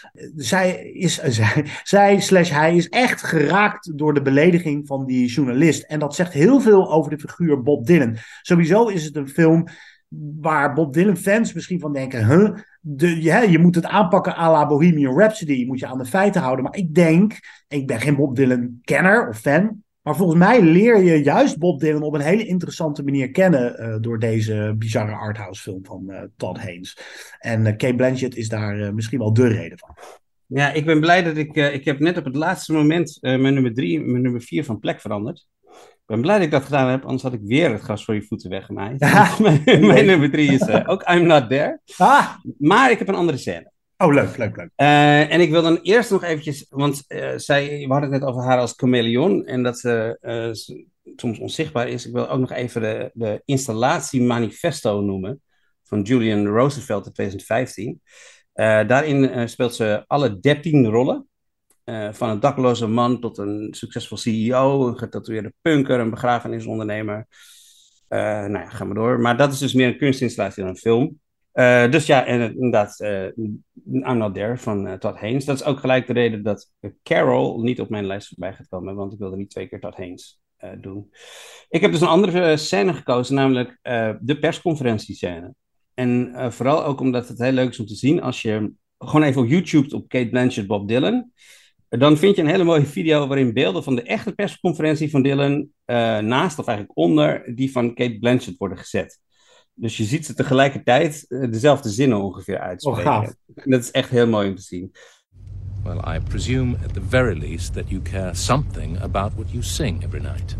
Zij, is, zij, zij slash hij is echt geraakt door de belediging van die journalist. En dat zegt heel veel over de figuur Bob Dylan. Sowieso is het een film waar Bob Dylan fans misschien van denken, huh? De, ja, je moet het aanpakken à la Bohemian Rhapsody. Je moet je aan de feiten houden. Maar ik denk, ik ben geen Bob Dylan kenner of fan, maar volgens mij leer je juist Bob Dylan op een hele interessante manier kennen uh, door deze bizarre arthouse film van uh, Todd Haynes. En uh, Cate Blanchett is daar uh, misschien wel de reden van. Ja, ik ben blij dat ik... Uh, ik heb net op het laatste moment uh, mijn nummer drie mijn nummer vier van plek veranderd. Ik ben blij dat ik dat gedaan heb, anders had ik weer het gras voor je voeten weggemaaid. mijn, mijn nummer drie is uh, ook I'm Not There. Ah. Maar ik heb een andere scène. Oh, leuk, leuk, leuk. Uh, en ik wil dan eerst nog eventjes, want uh, zij, we hadden het net over haar als chameleon en dat ze uh, soms onzichtbaar is. Ik wil ook nog even de, de installatie Manifesto noemen van Julian Roosevelt in twintig vijftien. Uh, daarin uh, speelt ze alle dertien rollen. Uh, van een dakloze man tot een succesvol C E O, een getatoeëerde punker, een begrafenisondernemer. Uh, nou ja, ga maar door. Maar dat is dus meer een kunstinstallatie dan een film. Uh, dus ja, en inderdaad, uh, I'm Not There van uh, Todd Haynes. Dat is ook gelijk de reden dat Carol niet op mijn lijst voorbij gaat komen, want ik wilde niet twee keer Todd Haynes uh, doen. Ik heb dus een andere scène gekozen, namelijk uh, de persconferentiescène. En uh, vooral ook omdat het heel leuk is om te zien, als je gewoon even op YouTube op Cate Blanchett Bob Dylan, dan vind je een hele mooie video waarin beelden van de echte persconferentie van Dylan uh, naast, of eigenlijk onder, die van Cate Blanchett worden gezet. Dus je ziet ze tegelijkertijd uh, dezelfde zinnen ongeveer uitspreken. Oh, dat is echt heel mooi om te zien. Well, I presume at the very least that you care something about what you sing every night.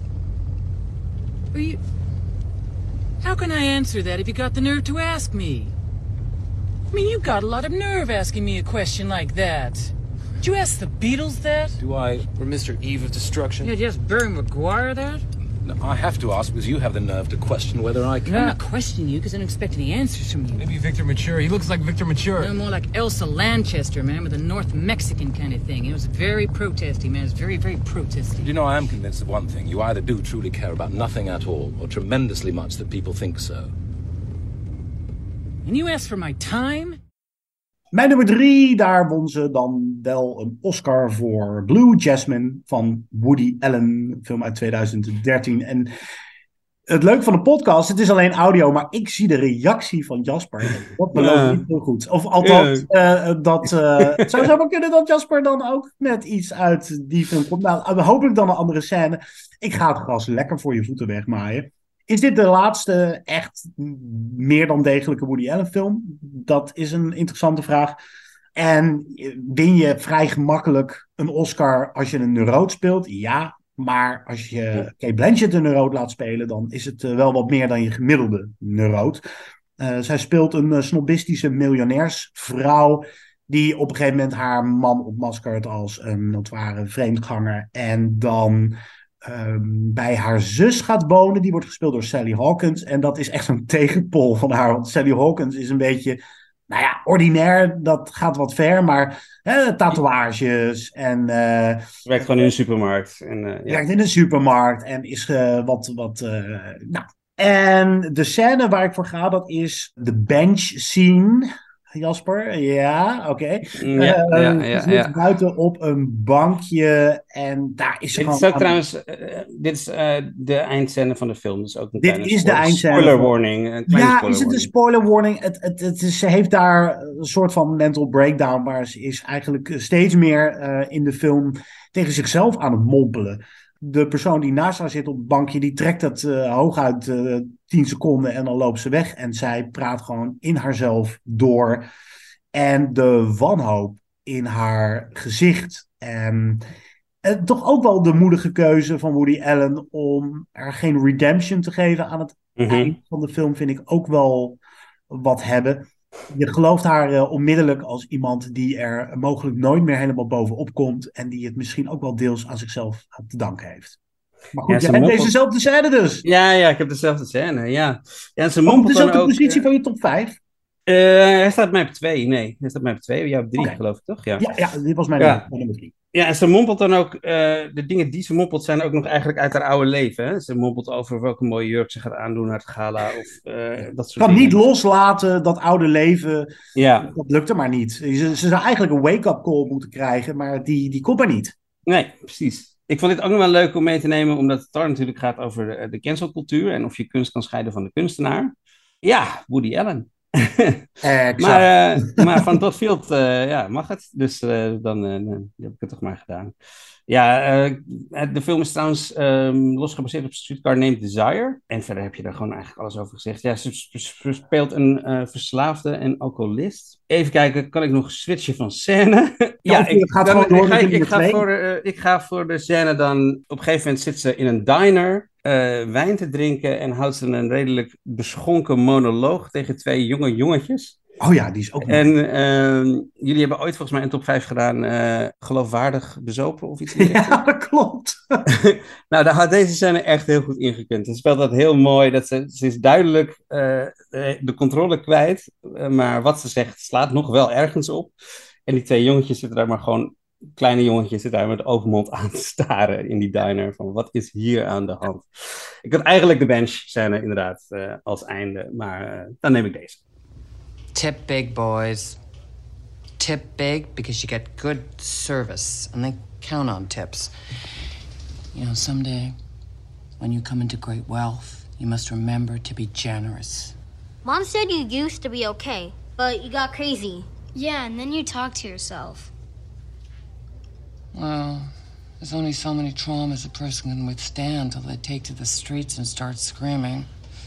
Well, you... How can I answer that if you got the nerve to ask me? I mean, you've got a lot of nerve asking me a question like that. Did you ask the Beatles that? Do I, or Mister Eve of Destruction? Yeah, did you ask Barry McGuire that? No, I have to ask because you have the nerve to question whether I can. I'm not questioning you because I don't expect any answers from you. Maybe Victor Mature. He looks like Victor Mature. No, more like Elsa Lanchester, man, with a North Mexican kind of thing. It was very protesty, man. It was very, very protesty. You know, I am convinced of one thing. You either do truly care about nothing at all, or tremendously much that people think so. And you ask for my time? Mijn nummer drie, daar won ze dan wel een Oscar voor Blue Jasmine van Woody Allen, film uit twintig dertien. En het leuke van de podcast, het is alleen audio, maar ik zie de reactie van Jasper. Dat belooft ja. niet heel goed. Of althans, ja. uh, dat uh, het zou zomaar kunnen dat Jasper dan ook met iets uit die film komt. Nou, hopelijk dan een andere scène. Ik ga het gras lekker voor je voeten wegmaaien. Is dit de laatste echt meer dan degelijke Woody Allen film? Dat is een interessante vraag. En win je vrij gemakkelijk een Oscar als je een neuroot speelt? Ja, maar als je Cate Blanchett een neuroot laat spelen, dan is het wel wat meer dan je gemiddelde neuroot. Uh, zij speelt een uh, snobistische miljonairsvrouw die op een gegeven moment haar man ontmaskert als een notoire vreemdganger en dan um, bij haar zus gaat wonen. Die wordt gespeeld door Sally Hawkins en dat is echt zo'n tegenpol van haar, want Sally Hawkins is een beetje, nou ja, ordinair, dat gaat wat ver, maar hè, tatoeages en... Uh, Ze werkt gewoon in een supermarkt. En, uh, ja. Werkt in een supermarkt en is uh, wat... wat uh, nou. En de scène waar ik voor ga, dat is de bench scene. Jasper, ja, oké. Okay. Ja, uh, ja, ja, ze zit ja. buiten op een bankje en daar is ze dit gewoon... Is ook aan... trouwens, uh, dit is uh, de eindscène van de film. Dus ook een dit is de eindscène. Spoiler van... warning. Een ja, spoiler is het een spoiler warning? Het, het, het is, ze heeft daar een soort van mental breakdown, maar ze is eigenlijk steeds meer uh, in de film tegen zichzelf aan het mompelen. De persoon die naast haar zit op het bankje, die trekt het uh, hooguit uh, tien seconden en dan loopt ze weg. En zij praat gewoon in haarzelf door. En de wanhoop in haar gezicht. En, en toch ook wel de moedige keuze van Woody Allen om er geen redemption te geven aan het mm-hmm. eind van de film, vind ik ook wel wat hebben. Je gelooft haar uh, onmiddellijk als iemand die er mogelijk nooit meer helemaal bovenop komt. En die het misschien ook wel deels aan zichzelf te danken heeft. Maar goed, ja, jij hebt moppelt... dezezelfde scène dus. Ja, ja, ik heb dezelfde scène, ja. ja ze oh, het is ook de ook, positie uh... van je top vijf? Uh, hij staat mij op twee, nee. Hij staat mij op twee, jij op drie, okay. geloof ik, toch? Ja, ja, ja dit was mijn ja. nummer drie. Ja, en ze mompelt dan ook, uh, de dingen die ze mompelt zijn ook nog eigenlijk uit haar oude leven. Hè? Ze mompelt over welke mooie jurk ze gaat aandoen naar het gala. Of, uh, dat soort kan dingen. niet loslaten, dat oude leven. Ja. Dat lukte maar niet. Ze, ze zou eigenlijk een wake-up call moeten krijgen, maar die, die komt maar niet. Nee, precies. Ik vond dit ook nog wel leuk om mee te nemen, omdat het daar natuurlijk gaat over de, de cancelcultuur en of je kunst kan scheiden van de kunstenaar. Ja, Woody Allen. maar, uh, maar van Todd Field uh, ja, mag het. Dus uh, dan uh, heb ik het toch maar gedaan. Ja, uh, de film is trouwens um, los gebaseerd op Streetcar Named Desire. En verder heb je daar gewoon eigenlijk alles over gezegd. Ja, ze, ze speelt een uh, verslaafde en alcoholist. Even kijken, kan ik nog switchen van scène? ja, ik, gaat dan, door ik, ga, ik, ga voor, uh, ik ga voor de scène dan... Op een gegeven moment zit ze in een diner... Uh, wijn te drinken en houdt ze een redelijk beschonken monoloog tegen twee jonge jongetjes. Oh ja, die is ook... En uh, jullie hebben ooit volgens mij een top vijf gedaan, uh, geloofwaardig bezopen of iets. Ja, dat klopt. Nou, daar had deze scène echt heel goed ingekund. Ze speelt dat heel mooi, dat ze, ze is duidelijk uh, de controle kwijt, uh, maar wat ze zegt slaat nog wel ergens op. En die twee jongetjes zitten daar maar gewoon... Kleine jongetje zit daar met open mond aan te staren in die diner. Van wat is hier aan de hand? Ik had eigenlijk de bench scène inderdaad uh, als einde. Maar uh, dan neem ik deze. Tip big, boys. Tip big because you get good service. And they count on tips. You know, someday when you come into great wealth, you must remember to be generous. Mom said you used to be okay, but you got crazy. Yeah, and then you talked to yourself. Well, there's only so many traumas a person can withstand till they take to the streets and start screaming.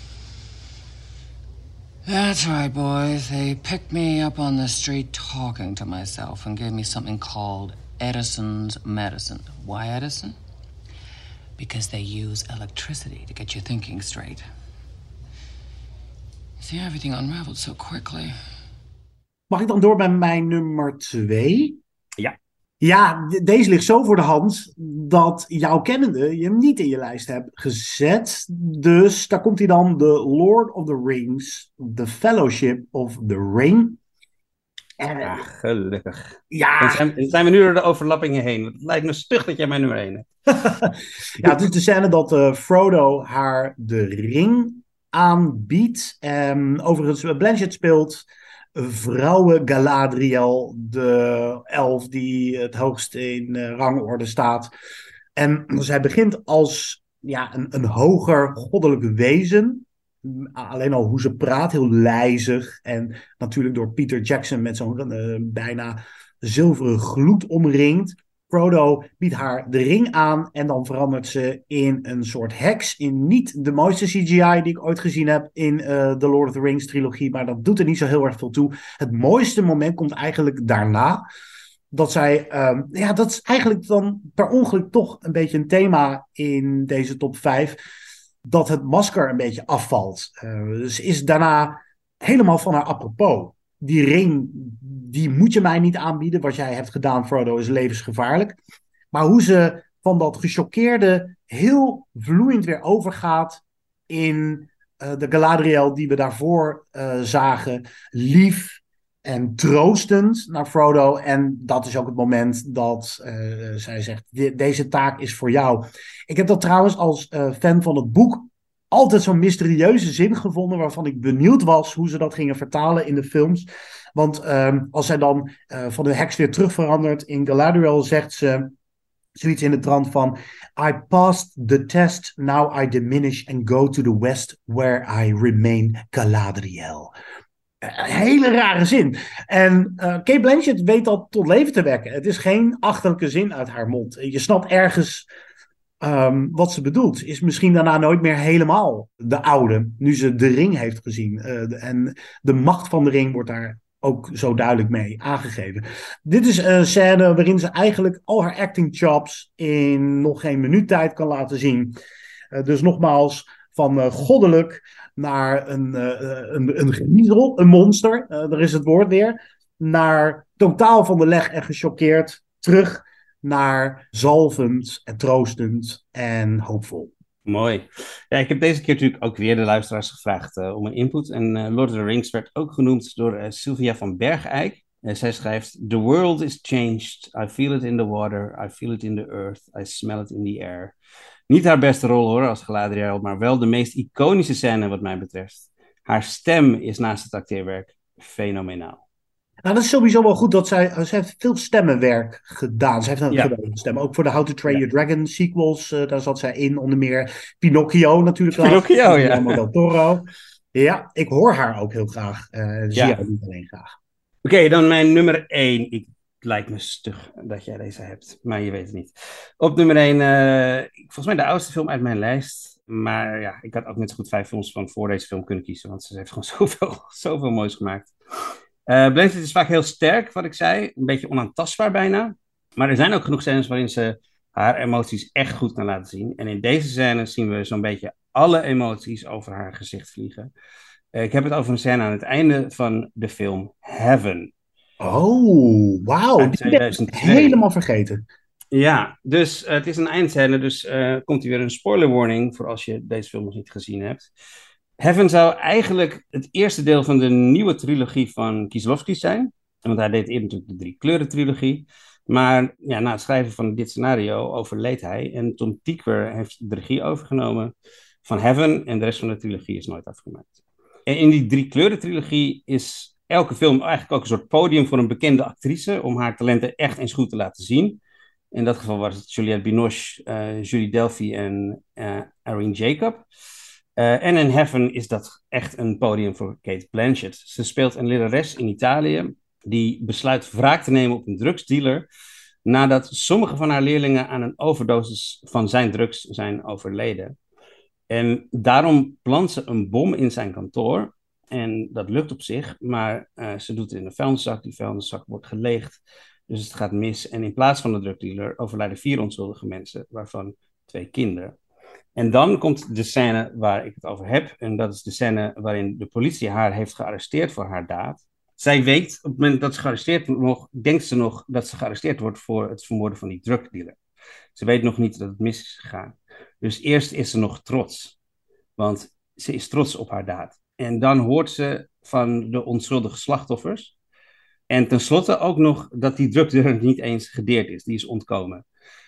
That's right, boys. They picked me up on the street talking to myself and gave me something called Edison's medicine. Why Edison? Because they use electricity to get your thinking straight. See, everything unraveled so quickly. Mag ik dan door bij mijn nummer twee? Ja. Ja, deze ligt zo voor de hand dat jouw kennende je hem niet in je lijst hebt gezet. Dus daar komt hij dan, The Lord of the Rings, The Fellowship of the Ring. En, ja, gelukkig. Ja. Dan zijn, dan zijn we nu door de overlappingen heen. Het lijkt me stug dat jij mijn nummer één hebt. Ja, het is de scène dat uh, Frodo haar de ring aanbiedt. Um, overigens, Blanchett speelt... Vrouwen Galadriel, de elf die het hoogst in uh, rangorde staat. En zij begint als ja, een, een hoger goddelijk wezen. Alleen al hoe ze praat, heel lijzig. En natuurlijk door Peter Jackson met zo'n uh, bijna zilveren gloed omringd. Frodo biedt haar de ring aan en dan verandert ze in een soort heks. In niet de mooiste C G I die ik ooit gezien heb in uh, de Lord of the Rings trilogie. Maar dat doet er niet zo heel erg veel toe. Het mooiste moment komt eigenlijk daarna. Dat zij, um, ja dat is eigenlijk dan per ongeluk toch een beetje een thema in deze top vijf. Dat het masker een beetje afvalt. Uh, dus is daarna helemaal van haar apropos. Die ring, die moet je mij niet aanbieden. Wat jij hebt gedaan, Frodo, is levensgevaarlijk. Maar hoe ze van dat gechoqueerde heel vloeiend weer overgaat in uh, de Galadriel die we daarvoor uh, zagen. Lief en troostend naar Frodo. En dat is ook het moment dat uh, zij zegt, de, deze taak is voor jou. Ik heb dat trouwens als uh, fan van het boek altijd zo'n mysterieuze zin gevonden, waarvan ik benieuwd was hoe ze dat gingen vertalen in de films. Want um, als zij dan uh, van de heks weer terug verandert in Galadriel, zegt ze zoiets in de trant van: I passed the test, now I diminish and go to the west, where I remain Galadriel. Een hele rare zin. En uh, Cate Blanchett weet dat tot leven te wekken. Het is geen achterlijke zin uit haar mond. Je snapt ergens um, wat ze bedoelt. Is misschien daarna nooit meer helemaal de oude, nu ze de ring heeft gezien. Uh, de, en de macht van de ring wordt daar ook zo duidelijk mee aangegeven. Dit is een scène waarin ze eigenlijk al haar acting chops in nog geen minuut tijd kan laten zien. Uh, dus nogmaals, van uh, goddelijk naar een, uh, een, een griezel, een monster, uh, daar is het woord weer, naar totaal van de leg en gechoqueerd, terug naar zalvend en troostend en hoopvol. Mooi. Ja, ik heb deze keer natuurlijk ook weer de luisteraars gevraagd uh, om een input. En uh, Lord of the Rings werd ook genoemd door uh, Sylvia van Bergijk. Uh, zij schrijft: The world is changed. I feel it in the water. I feel it in the earth. I smell it in the air. Niet haar beste rol hoor, als Galadriel, maar wel de meest iconische scène wat mij betreft. Haar stem is naast het acteerwerk fenomenaal. Nou, dat is sowieso wel goed dat zij... Ze heeft veel stemmenwerk gedaan. Ze heeft een ja. geweldige stem. Ook voor de How to Train ja. Your Dragon sequels. Uh, daar zat zij in. Onder meer Pinocchio natuurlijk. Pinocchio, ja. Del Toro. Ja, ik hoor haar ook heel graag. Uh, zie ja. haar niet alleen graag. Oké, okay, dan mijn nummer één. Ik, het lijkt me stug dat jij deze hebt. Maar je weet het niet. Op nummer één. Uh, volgens mij de oudste film uit mijn lijst. Maar ja, ik had ook net zo goed vijf films van voor deze film kunnen kiezen. Want ze heeft gewoon zoveel, zoveel moois gemaakt. Uh, Blanchett is vaak heel sterk, wat ik zei. Een beetje onaantastbaar bijna. Maar er zijn ook genoeg scènes waarin ze haar emoties echt goed kan laten zien. En in deze scène zien we zo'n beetje alle emoties over haar gezicht vliegen. Uh, ik heb het over een scène aan het einde van de film Heaven. Oh, wauw. Die ben ik helemaal vergeten. Ja, dus uh, het is een eindscène. Dus uh, komt hier weer een spoiler warning voor als je deze film nog niet gezien hebt. Heaven zou eigenlijk het eerste deel van de nieuwe trilogie van Kieslowski zijn. Want hij deed eerder natuurlijk de Drie Kleuren trilogie. Maar ja, na het schrijven van dit scenario overleed hij. En Tom Tykwer heeft de regie overgenomen van Heaven. En de rest van de trilogie is nooit afgemaakt. En in die Drie Kleuren trilogie is elke film eigenlijk ook een soort podium voor een bekende actrice. Om haar talenten echt eens goed te laten zien. In dat geval was het Juliette Binoche, uh, Julie Delpy en uh, Irene Jacob. Uh, en in Heaven is dat echt een podium voor Cate Blanchett. Ze speelt een lerares in Italië die besluit wraak te nemen op een drugsdealer nadat sommige van haar leerlingen aan een overdosis van zijn drugs zijn overleden. En daarom plant ze een bom in zijn kantoor en dat lukt op zich, maar uh, ze doet het in een vuilniszak. Die vuilniszak wordt geleegd, dus het gaat mis. En in plaats van de drugdealer overlijden vier onschuldige mensen, waarvan twee kinderen. En dan komt de scène waar ik het over heb. En dat is de scène waarin de politie haar heeft gearresteerd voor haar daad. Zij weet, op het moment dat ze gearresteerd wordt, denkt ze nog dat ze gearresteerd wordt voor het vermoorden van die drugdealer. Ze weet nog niet dat het mis is gegaan. Dus eerst is ze nog trots. Want ze is trots op haar daad. En dan hoort ze van de onschuldige slachtoffers. En tenslotte ook nog dat die drugdealer niet eens gedeerd is. Die is ontkomen.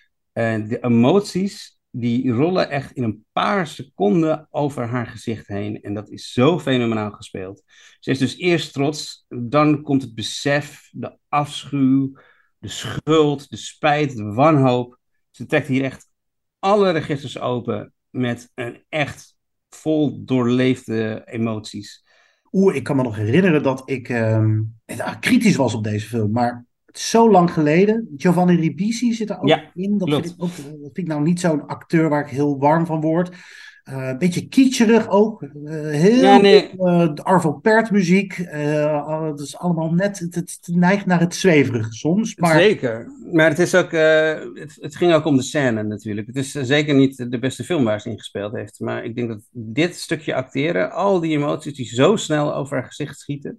En de emoties die rollen echt in een paar seconden over haar gezicht heen. En dat is zo fenomenaal gespeeld. Ze is dus eerst trots, dan komt het besef, de afschuw, de schuld, de spijt, de wanhoop. Ze trekt hier echt alle registers open met een echt vol doorleefde emoties. Oeh, ik kan me nog herinneren dat ik uh, kritisch was op deze film, maar zo lang geleden. Giovanni Ribisi zit er ook ja, in. Dat vind, ik ook, dat vind ik nou niet zo'n acteur waar ik heel warm van word. Uh, een beetje kitscherig ook. Uh, heel ja, nee. uh, Arvo Pärt muziek. Uh, het is allemaal net, het, het neigt naar het zweverige soms. Maar... Zeker. Maar het, is ook, uh, het, het ging ook om de scène natuurlijk. Het is uh, zeker niet de beste film waar ze in gespeeld heeft. Maar ik denk dat dit stukje acteren, al die emoties die zo snel over haar gezicht schieten,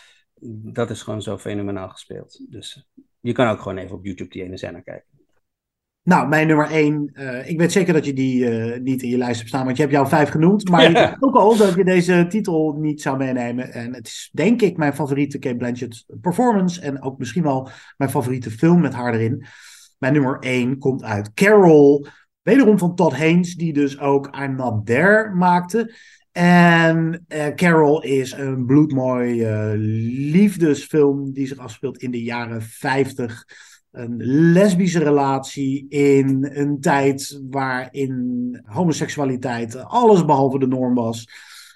dat is gewoon zo fenomenaal gespeeld. Dus je kan ook gewoon even op YouTube die ene scène kijken. Nou, mijn nummer één. Uh, ik weet zeker dat je die uh, niet in je lijst hebt staan, want je hebt jouw vijf genoemd. Maar ja. Je weet ook al dat je deze titel niet zou meenemen. En het is denk ik mijn favoriete Cate Blanchett performance. En ook misschien wel mijn favoriete film met haar erin. Mijn nummer één komt uit Carol. Wederom van Todd Haynes, die dus ook I'm Not There maakte. En uh, Carol is een bloedmooi uh, liefdesfilm die zich afspeelt in de jaren vijftig. Een lesbische relatie in een tijd waarin homoseksualiteit alles behalve de norm was.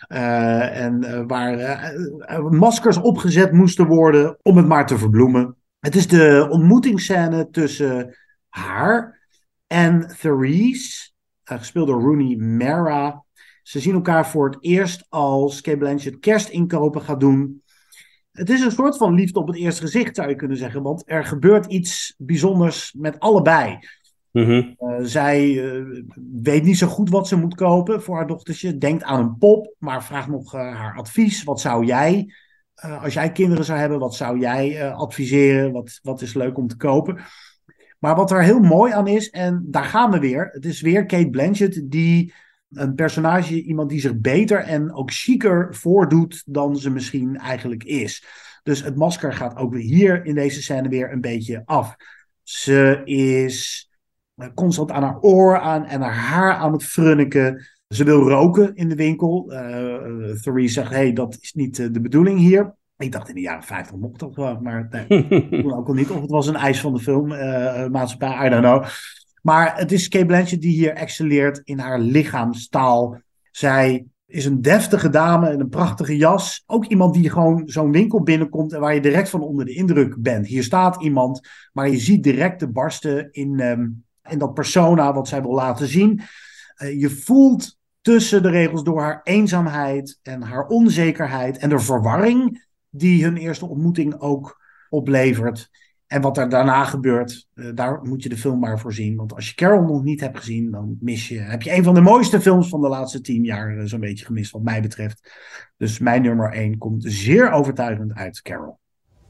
Uh, en uh, waar uh, uh, maskers opgezet moesten worden om het maar te verbloemen. Het is de ontmoetingsscène tussen haar en Therese, uh, gespeeld door Rooney Mara. Ze zien elkaar voor het eerst als Cate Blanchett kerstinkopen gaat doen. Het is een soort van liefde op het eerste gezicht, zou je kunnen zeggen. Want er gebeurt iets bijzonders met allebei. Mm-hmm. Uh, zij uh, weet niet zo goed wat ze moet kopen voor haar dochtertje. Denkt aan een pop, maar vraagt nog uh, haar advies. Wat zou jij, uh, als jij kinderen zou hebben, wat zou jij uh, adviseren? Wat, wat is leuk om te kopen? Maar wat er heel mooi aan is, en daar gaan we weer. Het is weer Cate Blanchett die... Een personage, iemand die zich beter en ook chiquer voordoet dan ze misschien eigenlijk is. Dus het masker gaat ook weer hier in deze scène weer een beetje af. Ze is constant aan haar oor aan en haar haar aan het frunniken. Ze wil roken in de winkel. Uh, Therese zegt, hey, dat is niet de bedoeling hier. Ik dacht in de jaren vijftig mocht dat wel, maar nee, toen ook al niet. Of het was een eis van de film, uh, maatschappij, I don't know. Maar het is Cate Blanchett die hier excelleert in haar lichaamstaal. Zij is een deftige dame in een prachtige jas. Ook iemand die gewoon zo'n winkel binnenkomt en waar je direct van onder de indruk bent. Hier staat iemand, maar je ziet direct de barsten in, um, in dat persona wat zij wil laten zien. Uh, je voelt tussen de regels door haar eenzaamheid en haar onzekerheid en de verwarring die hun eerste ontmoeting ook oplevert. En wat er daarna gebeurt, uh, daar moet je de film maar voor zien. Want als je Carol nog niet hebt gezien, dan mis je, heb je een van de mooiste films van de laatste tien jaar uh, zo'n beetje gemist, wat mij betreft. Dus mijn nummer één komt zeer overtuigend uit Carol.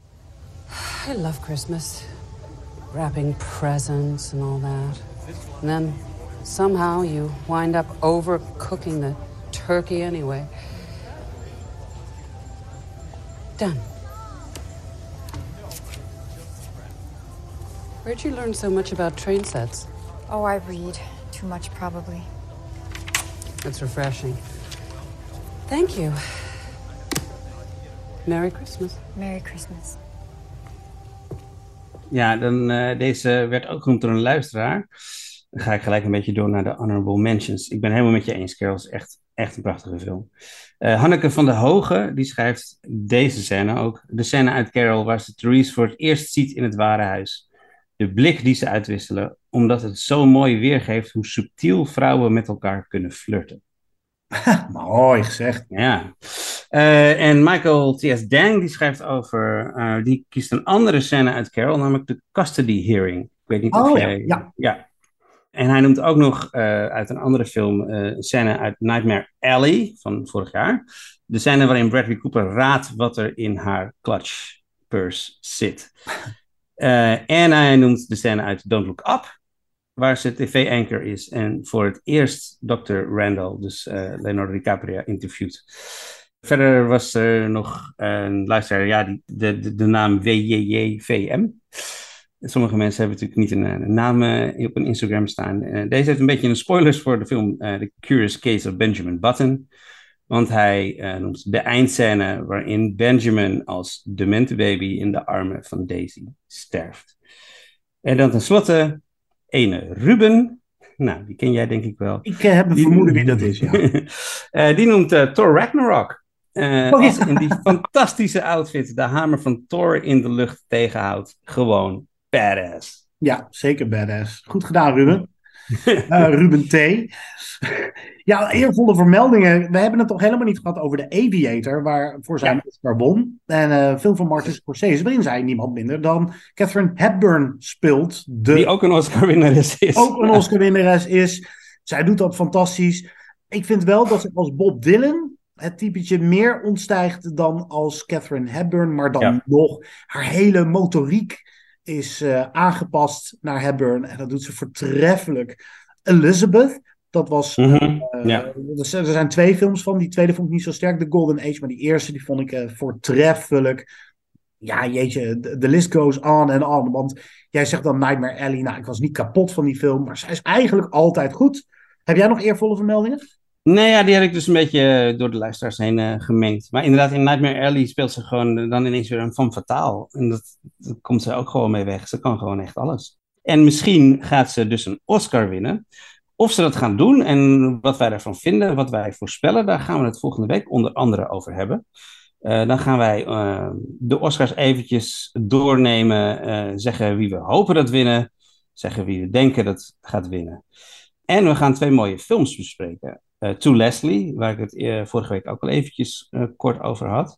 I love Christmas. Wrapping presents and all that. And then somehow you wind up overcooking the turkey anyway. Done. Where'd you learn so much about train sets? Oh, I read. Too much, probably. That's refreshing. Thank you. Merry Christmas. Merry Christmas. Ja, dan, uh, deze werd ook genoemd door een luisteraar. Dan ga ik gelijk een beetje door naar de honorable mentions. Ik ben helemaal met je eens, Carol. Het is echt, echt een prachtige film. Uh, Hanneke van der Hoge, die schrijft deze scène ook. De scène uit Carol waar ze Therese voor het eerst ziet in het warenhuis. De blik die ze uitwisselen, omdat het zo mooi weergeeft hoe subtiel vrouwen met elkaar kunnen flirten. Mooi gezegd. Ja. Uh, en Michael T S. Dang, die schrijft over, uh, die kiest een andere scène uit Carol, namelijk de custody hearing. Ik weet niet oh, of ja, jij... ja. ja. En hij noemt ook nog uh, uit een andere film uh, een scène uit Nightmare Alley van vorig jaar. De scène waarin Bradley Cooper raadt wat er in haar clutch purse zit. Uh, en hij noemt de scène uit Don't Look Up, waar ze tv-anchor is en voor het eerst dokter Randall, dus uh, Leonardo DiCaprio, interviewt. Verder was er nog een luisteraar, ja, die, de, de, de naam W J J V M. Sommige mensen hebben natuurlijk niet een, een naam uh, op een Instagram staan. Uh, deze heeft een beetje een spoilers voor de film uh, The Curious Case of Benjamin Button. Want hij uh, noemt de eindscène waarin Benjamin als demente baby in de armen van Daisy sterft. En dan tenslotte ene Ruben. Nou, die ken jij denk ik wel. Ik uh, heb een die, vermoeden wie dat is, ja. uh, die noemt uh, Thor Ragnarok. Uh, oh, ja. Als in die fantastische outfit de hamer van Thor in de lucht tegenhoudt. Gewoon badass. Ja, zeker badass. Goed gedaan, Ruben. uh, Ruben T. Ja, eervolle vermeldingen. We hebben het toch helemaal niet gehad over The Aviator, waarvoor zij ja. Oscar won. En een uh, film van Martin Scorsese, waarin zij niemand minder dan Katharine Hepburn speelt. De... Die ook een Oscar-winnares is. Ook een Oscar-winnares is. Zij doet dat fantastisch. Ik vind wel dat ze als Bob Dylan het typetje meer ontstijgt dan als Katharine Hepburn. Maar dan ja. nog, haar hele motoriek is uh, aangepast naar Hepburn. En dat doet ze voortreffelijk. Elizabeth, dat was... Mm-hmm. Uh, ja. Er zijn twee films van. Die tweede vond ik niet zo sterk, The Golden Age. Maar die eerste, die vond ik uh, voortreffelijk. Ja, jeetje, de list goes on en on. Want jij zegt dan Nightmare Alley. Nou, ik was niet kapot van die film. Maar zij is eigenlijk altijd goed. Heb jij nog eervolle vermeldingen? Nee, ja, die heb ik dus een beetje door de luisteraars heen uh, gemengd. Maar inderdaad, in Nightmare Alley speelt ze gewoon uh, dan ineens weer een femme fatale. En dat, dat komt ze ook gewoon mee weg. Ze kan gewoon echt alles. En misschien gaat ze dus een Oscar winnen. Of ze dat gaan doen en wat wij daarvan vinden, wat wij voorspellen, daar gaan we het volgende week onder andere over hebben. Uh, dan gaan wij uh, de Oscars eventjes doornemen, uh, zeggen wie we hopen dat winnen, zeggen wie we denken dat gaat winnen. En we gaan twee mooie films bespreken. Uh, To Leslie, waar ik het uh, vorige week ook al eventjes uh, kort over had.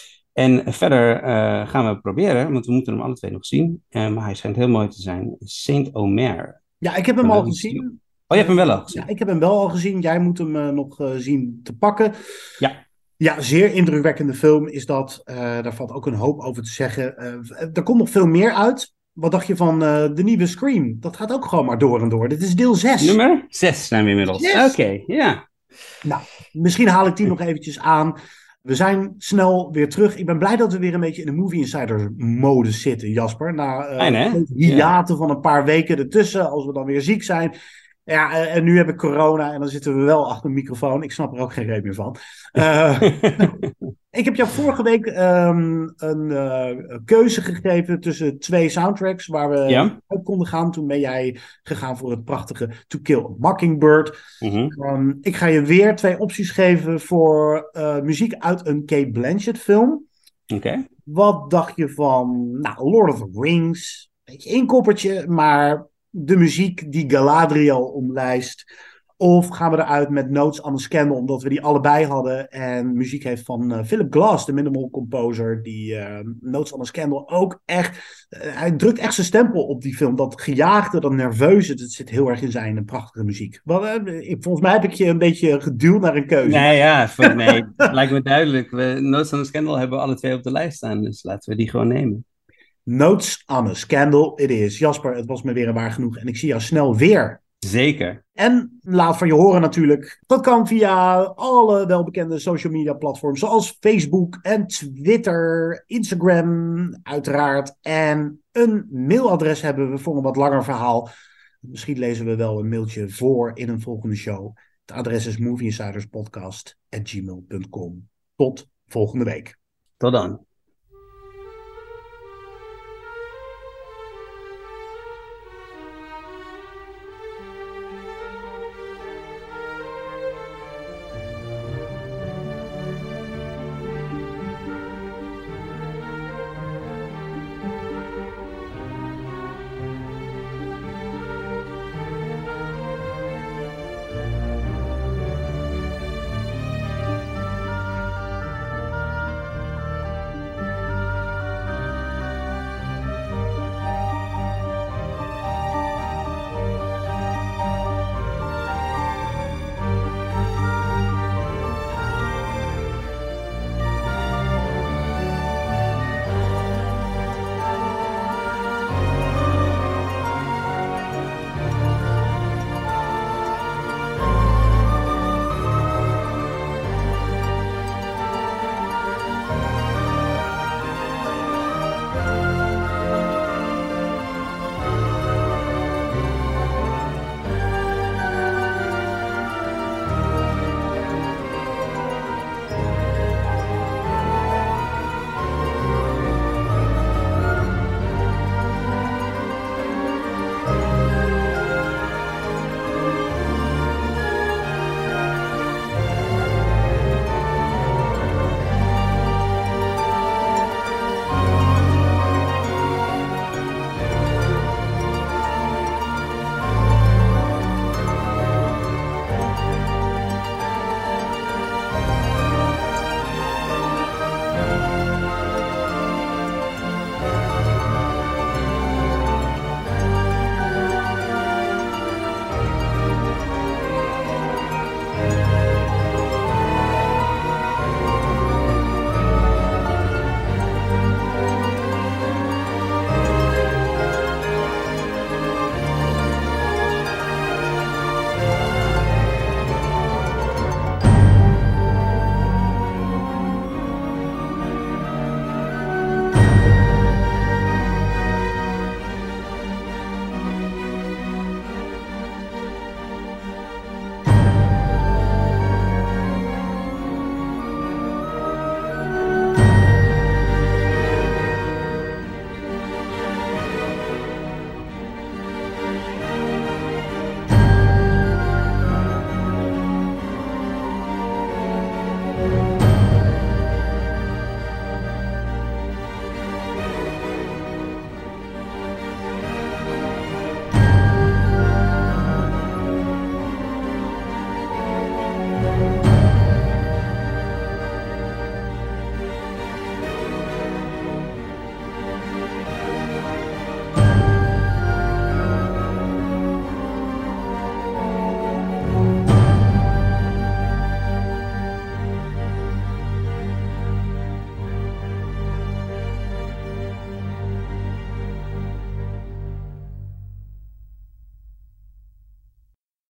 En verder uh, gaan we proberen, want we moeten hem alle twee nog zien, uh, maar hij schijnt heel mooi te zijn, Saint-Omer. Ja, ik heb hem al gezien. Oh, je hebt hem wel al gezien? Ja, ik heb hem wel al gezien. Jij moet hem uh, nog uh, zien te pakken. Ja. Ja, zeer indrukwekkende film is dat. Uh, daar valt ook een hoop over te zeggen. Uh, er komt nog veel meer uit. Wat dacht je van uh, de nieuwe Scream? Dat gaat ook gewoon maar door en door. Dit is deel zes. Nummer zes zijn we inmiddels. Oké, okay, ja. Nou, misschien haal ik die nog eventjes aan. We zijn snel weer terug. Ik ben blij dat we weer een beetje in de Movie Insider mode zitten, Jasper. Na uh, Fijn, hiaten ja. van een paar weken ertussen, als we dan weer ziek zijn. Ja, en nu heb ik corona en dan zitten we wel achter een microfoon. Ik snap er ook geen reet meer van. Uh, ik heb jou vorige week um, een uh, keuze gegeven tussen twee soundtracks waar we ja. op konden gaan. Toen ben jij gegaan voor het prachtige To Kill a Mockingbird. Mm-hmm. Um, ik ga je weer twee opties geven voor uh, muziek uit een Cate Blanchett film. Oké. Okay. Wat dacht je van nou, Lord of the Rings? Beetje inkoppertje, maar de muziek die Galadriel omlijst. Of gaan we eruit met Notes on a Scandal, omdat we die allebei hadden. En muziek heeft van uh, Philip Glass, de minimal composer, die uh, Notes on a Scandal ook echt... Uh, hij drukt echt zijn stempel op die film. Dat gejaagde, dat nerveuze, dat zit heel erg in zijn prachtige muziek. Wat, uh, ik, volgens mij heb ik je een beetje geduwd naar een keuze. Nee, ja, voor, nee, het lijkt me duidelijk. We, Notes on a Scandal hebben we alle twee op de lijst staan, dus laten we die gewoon nemen. Notes on a Scandal, it is. Jasper, het was me weer een waar genoeg en ik zie jou snel weer. Zeker. En laat van je horen natuurlijk. Dat kan via alle welbekende social media platforms zoals Facebook en Twitter, Instagram uiteraard. En een mailadres hebben we voor een wat langer verhaal. Misschien lezen we wel een mailtje voor in een volgende show. Het adres is movieinsiderspodcast at gmail dot com. Tot volgende week. Tot dan.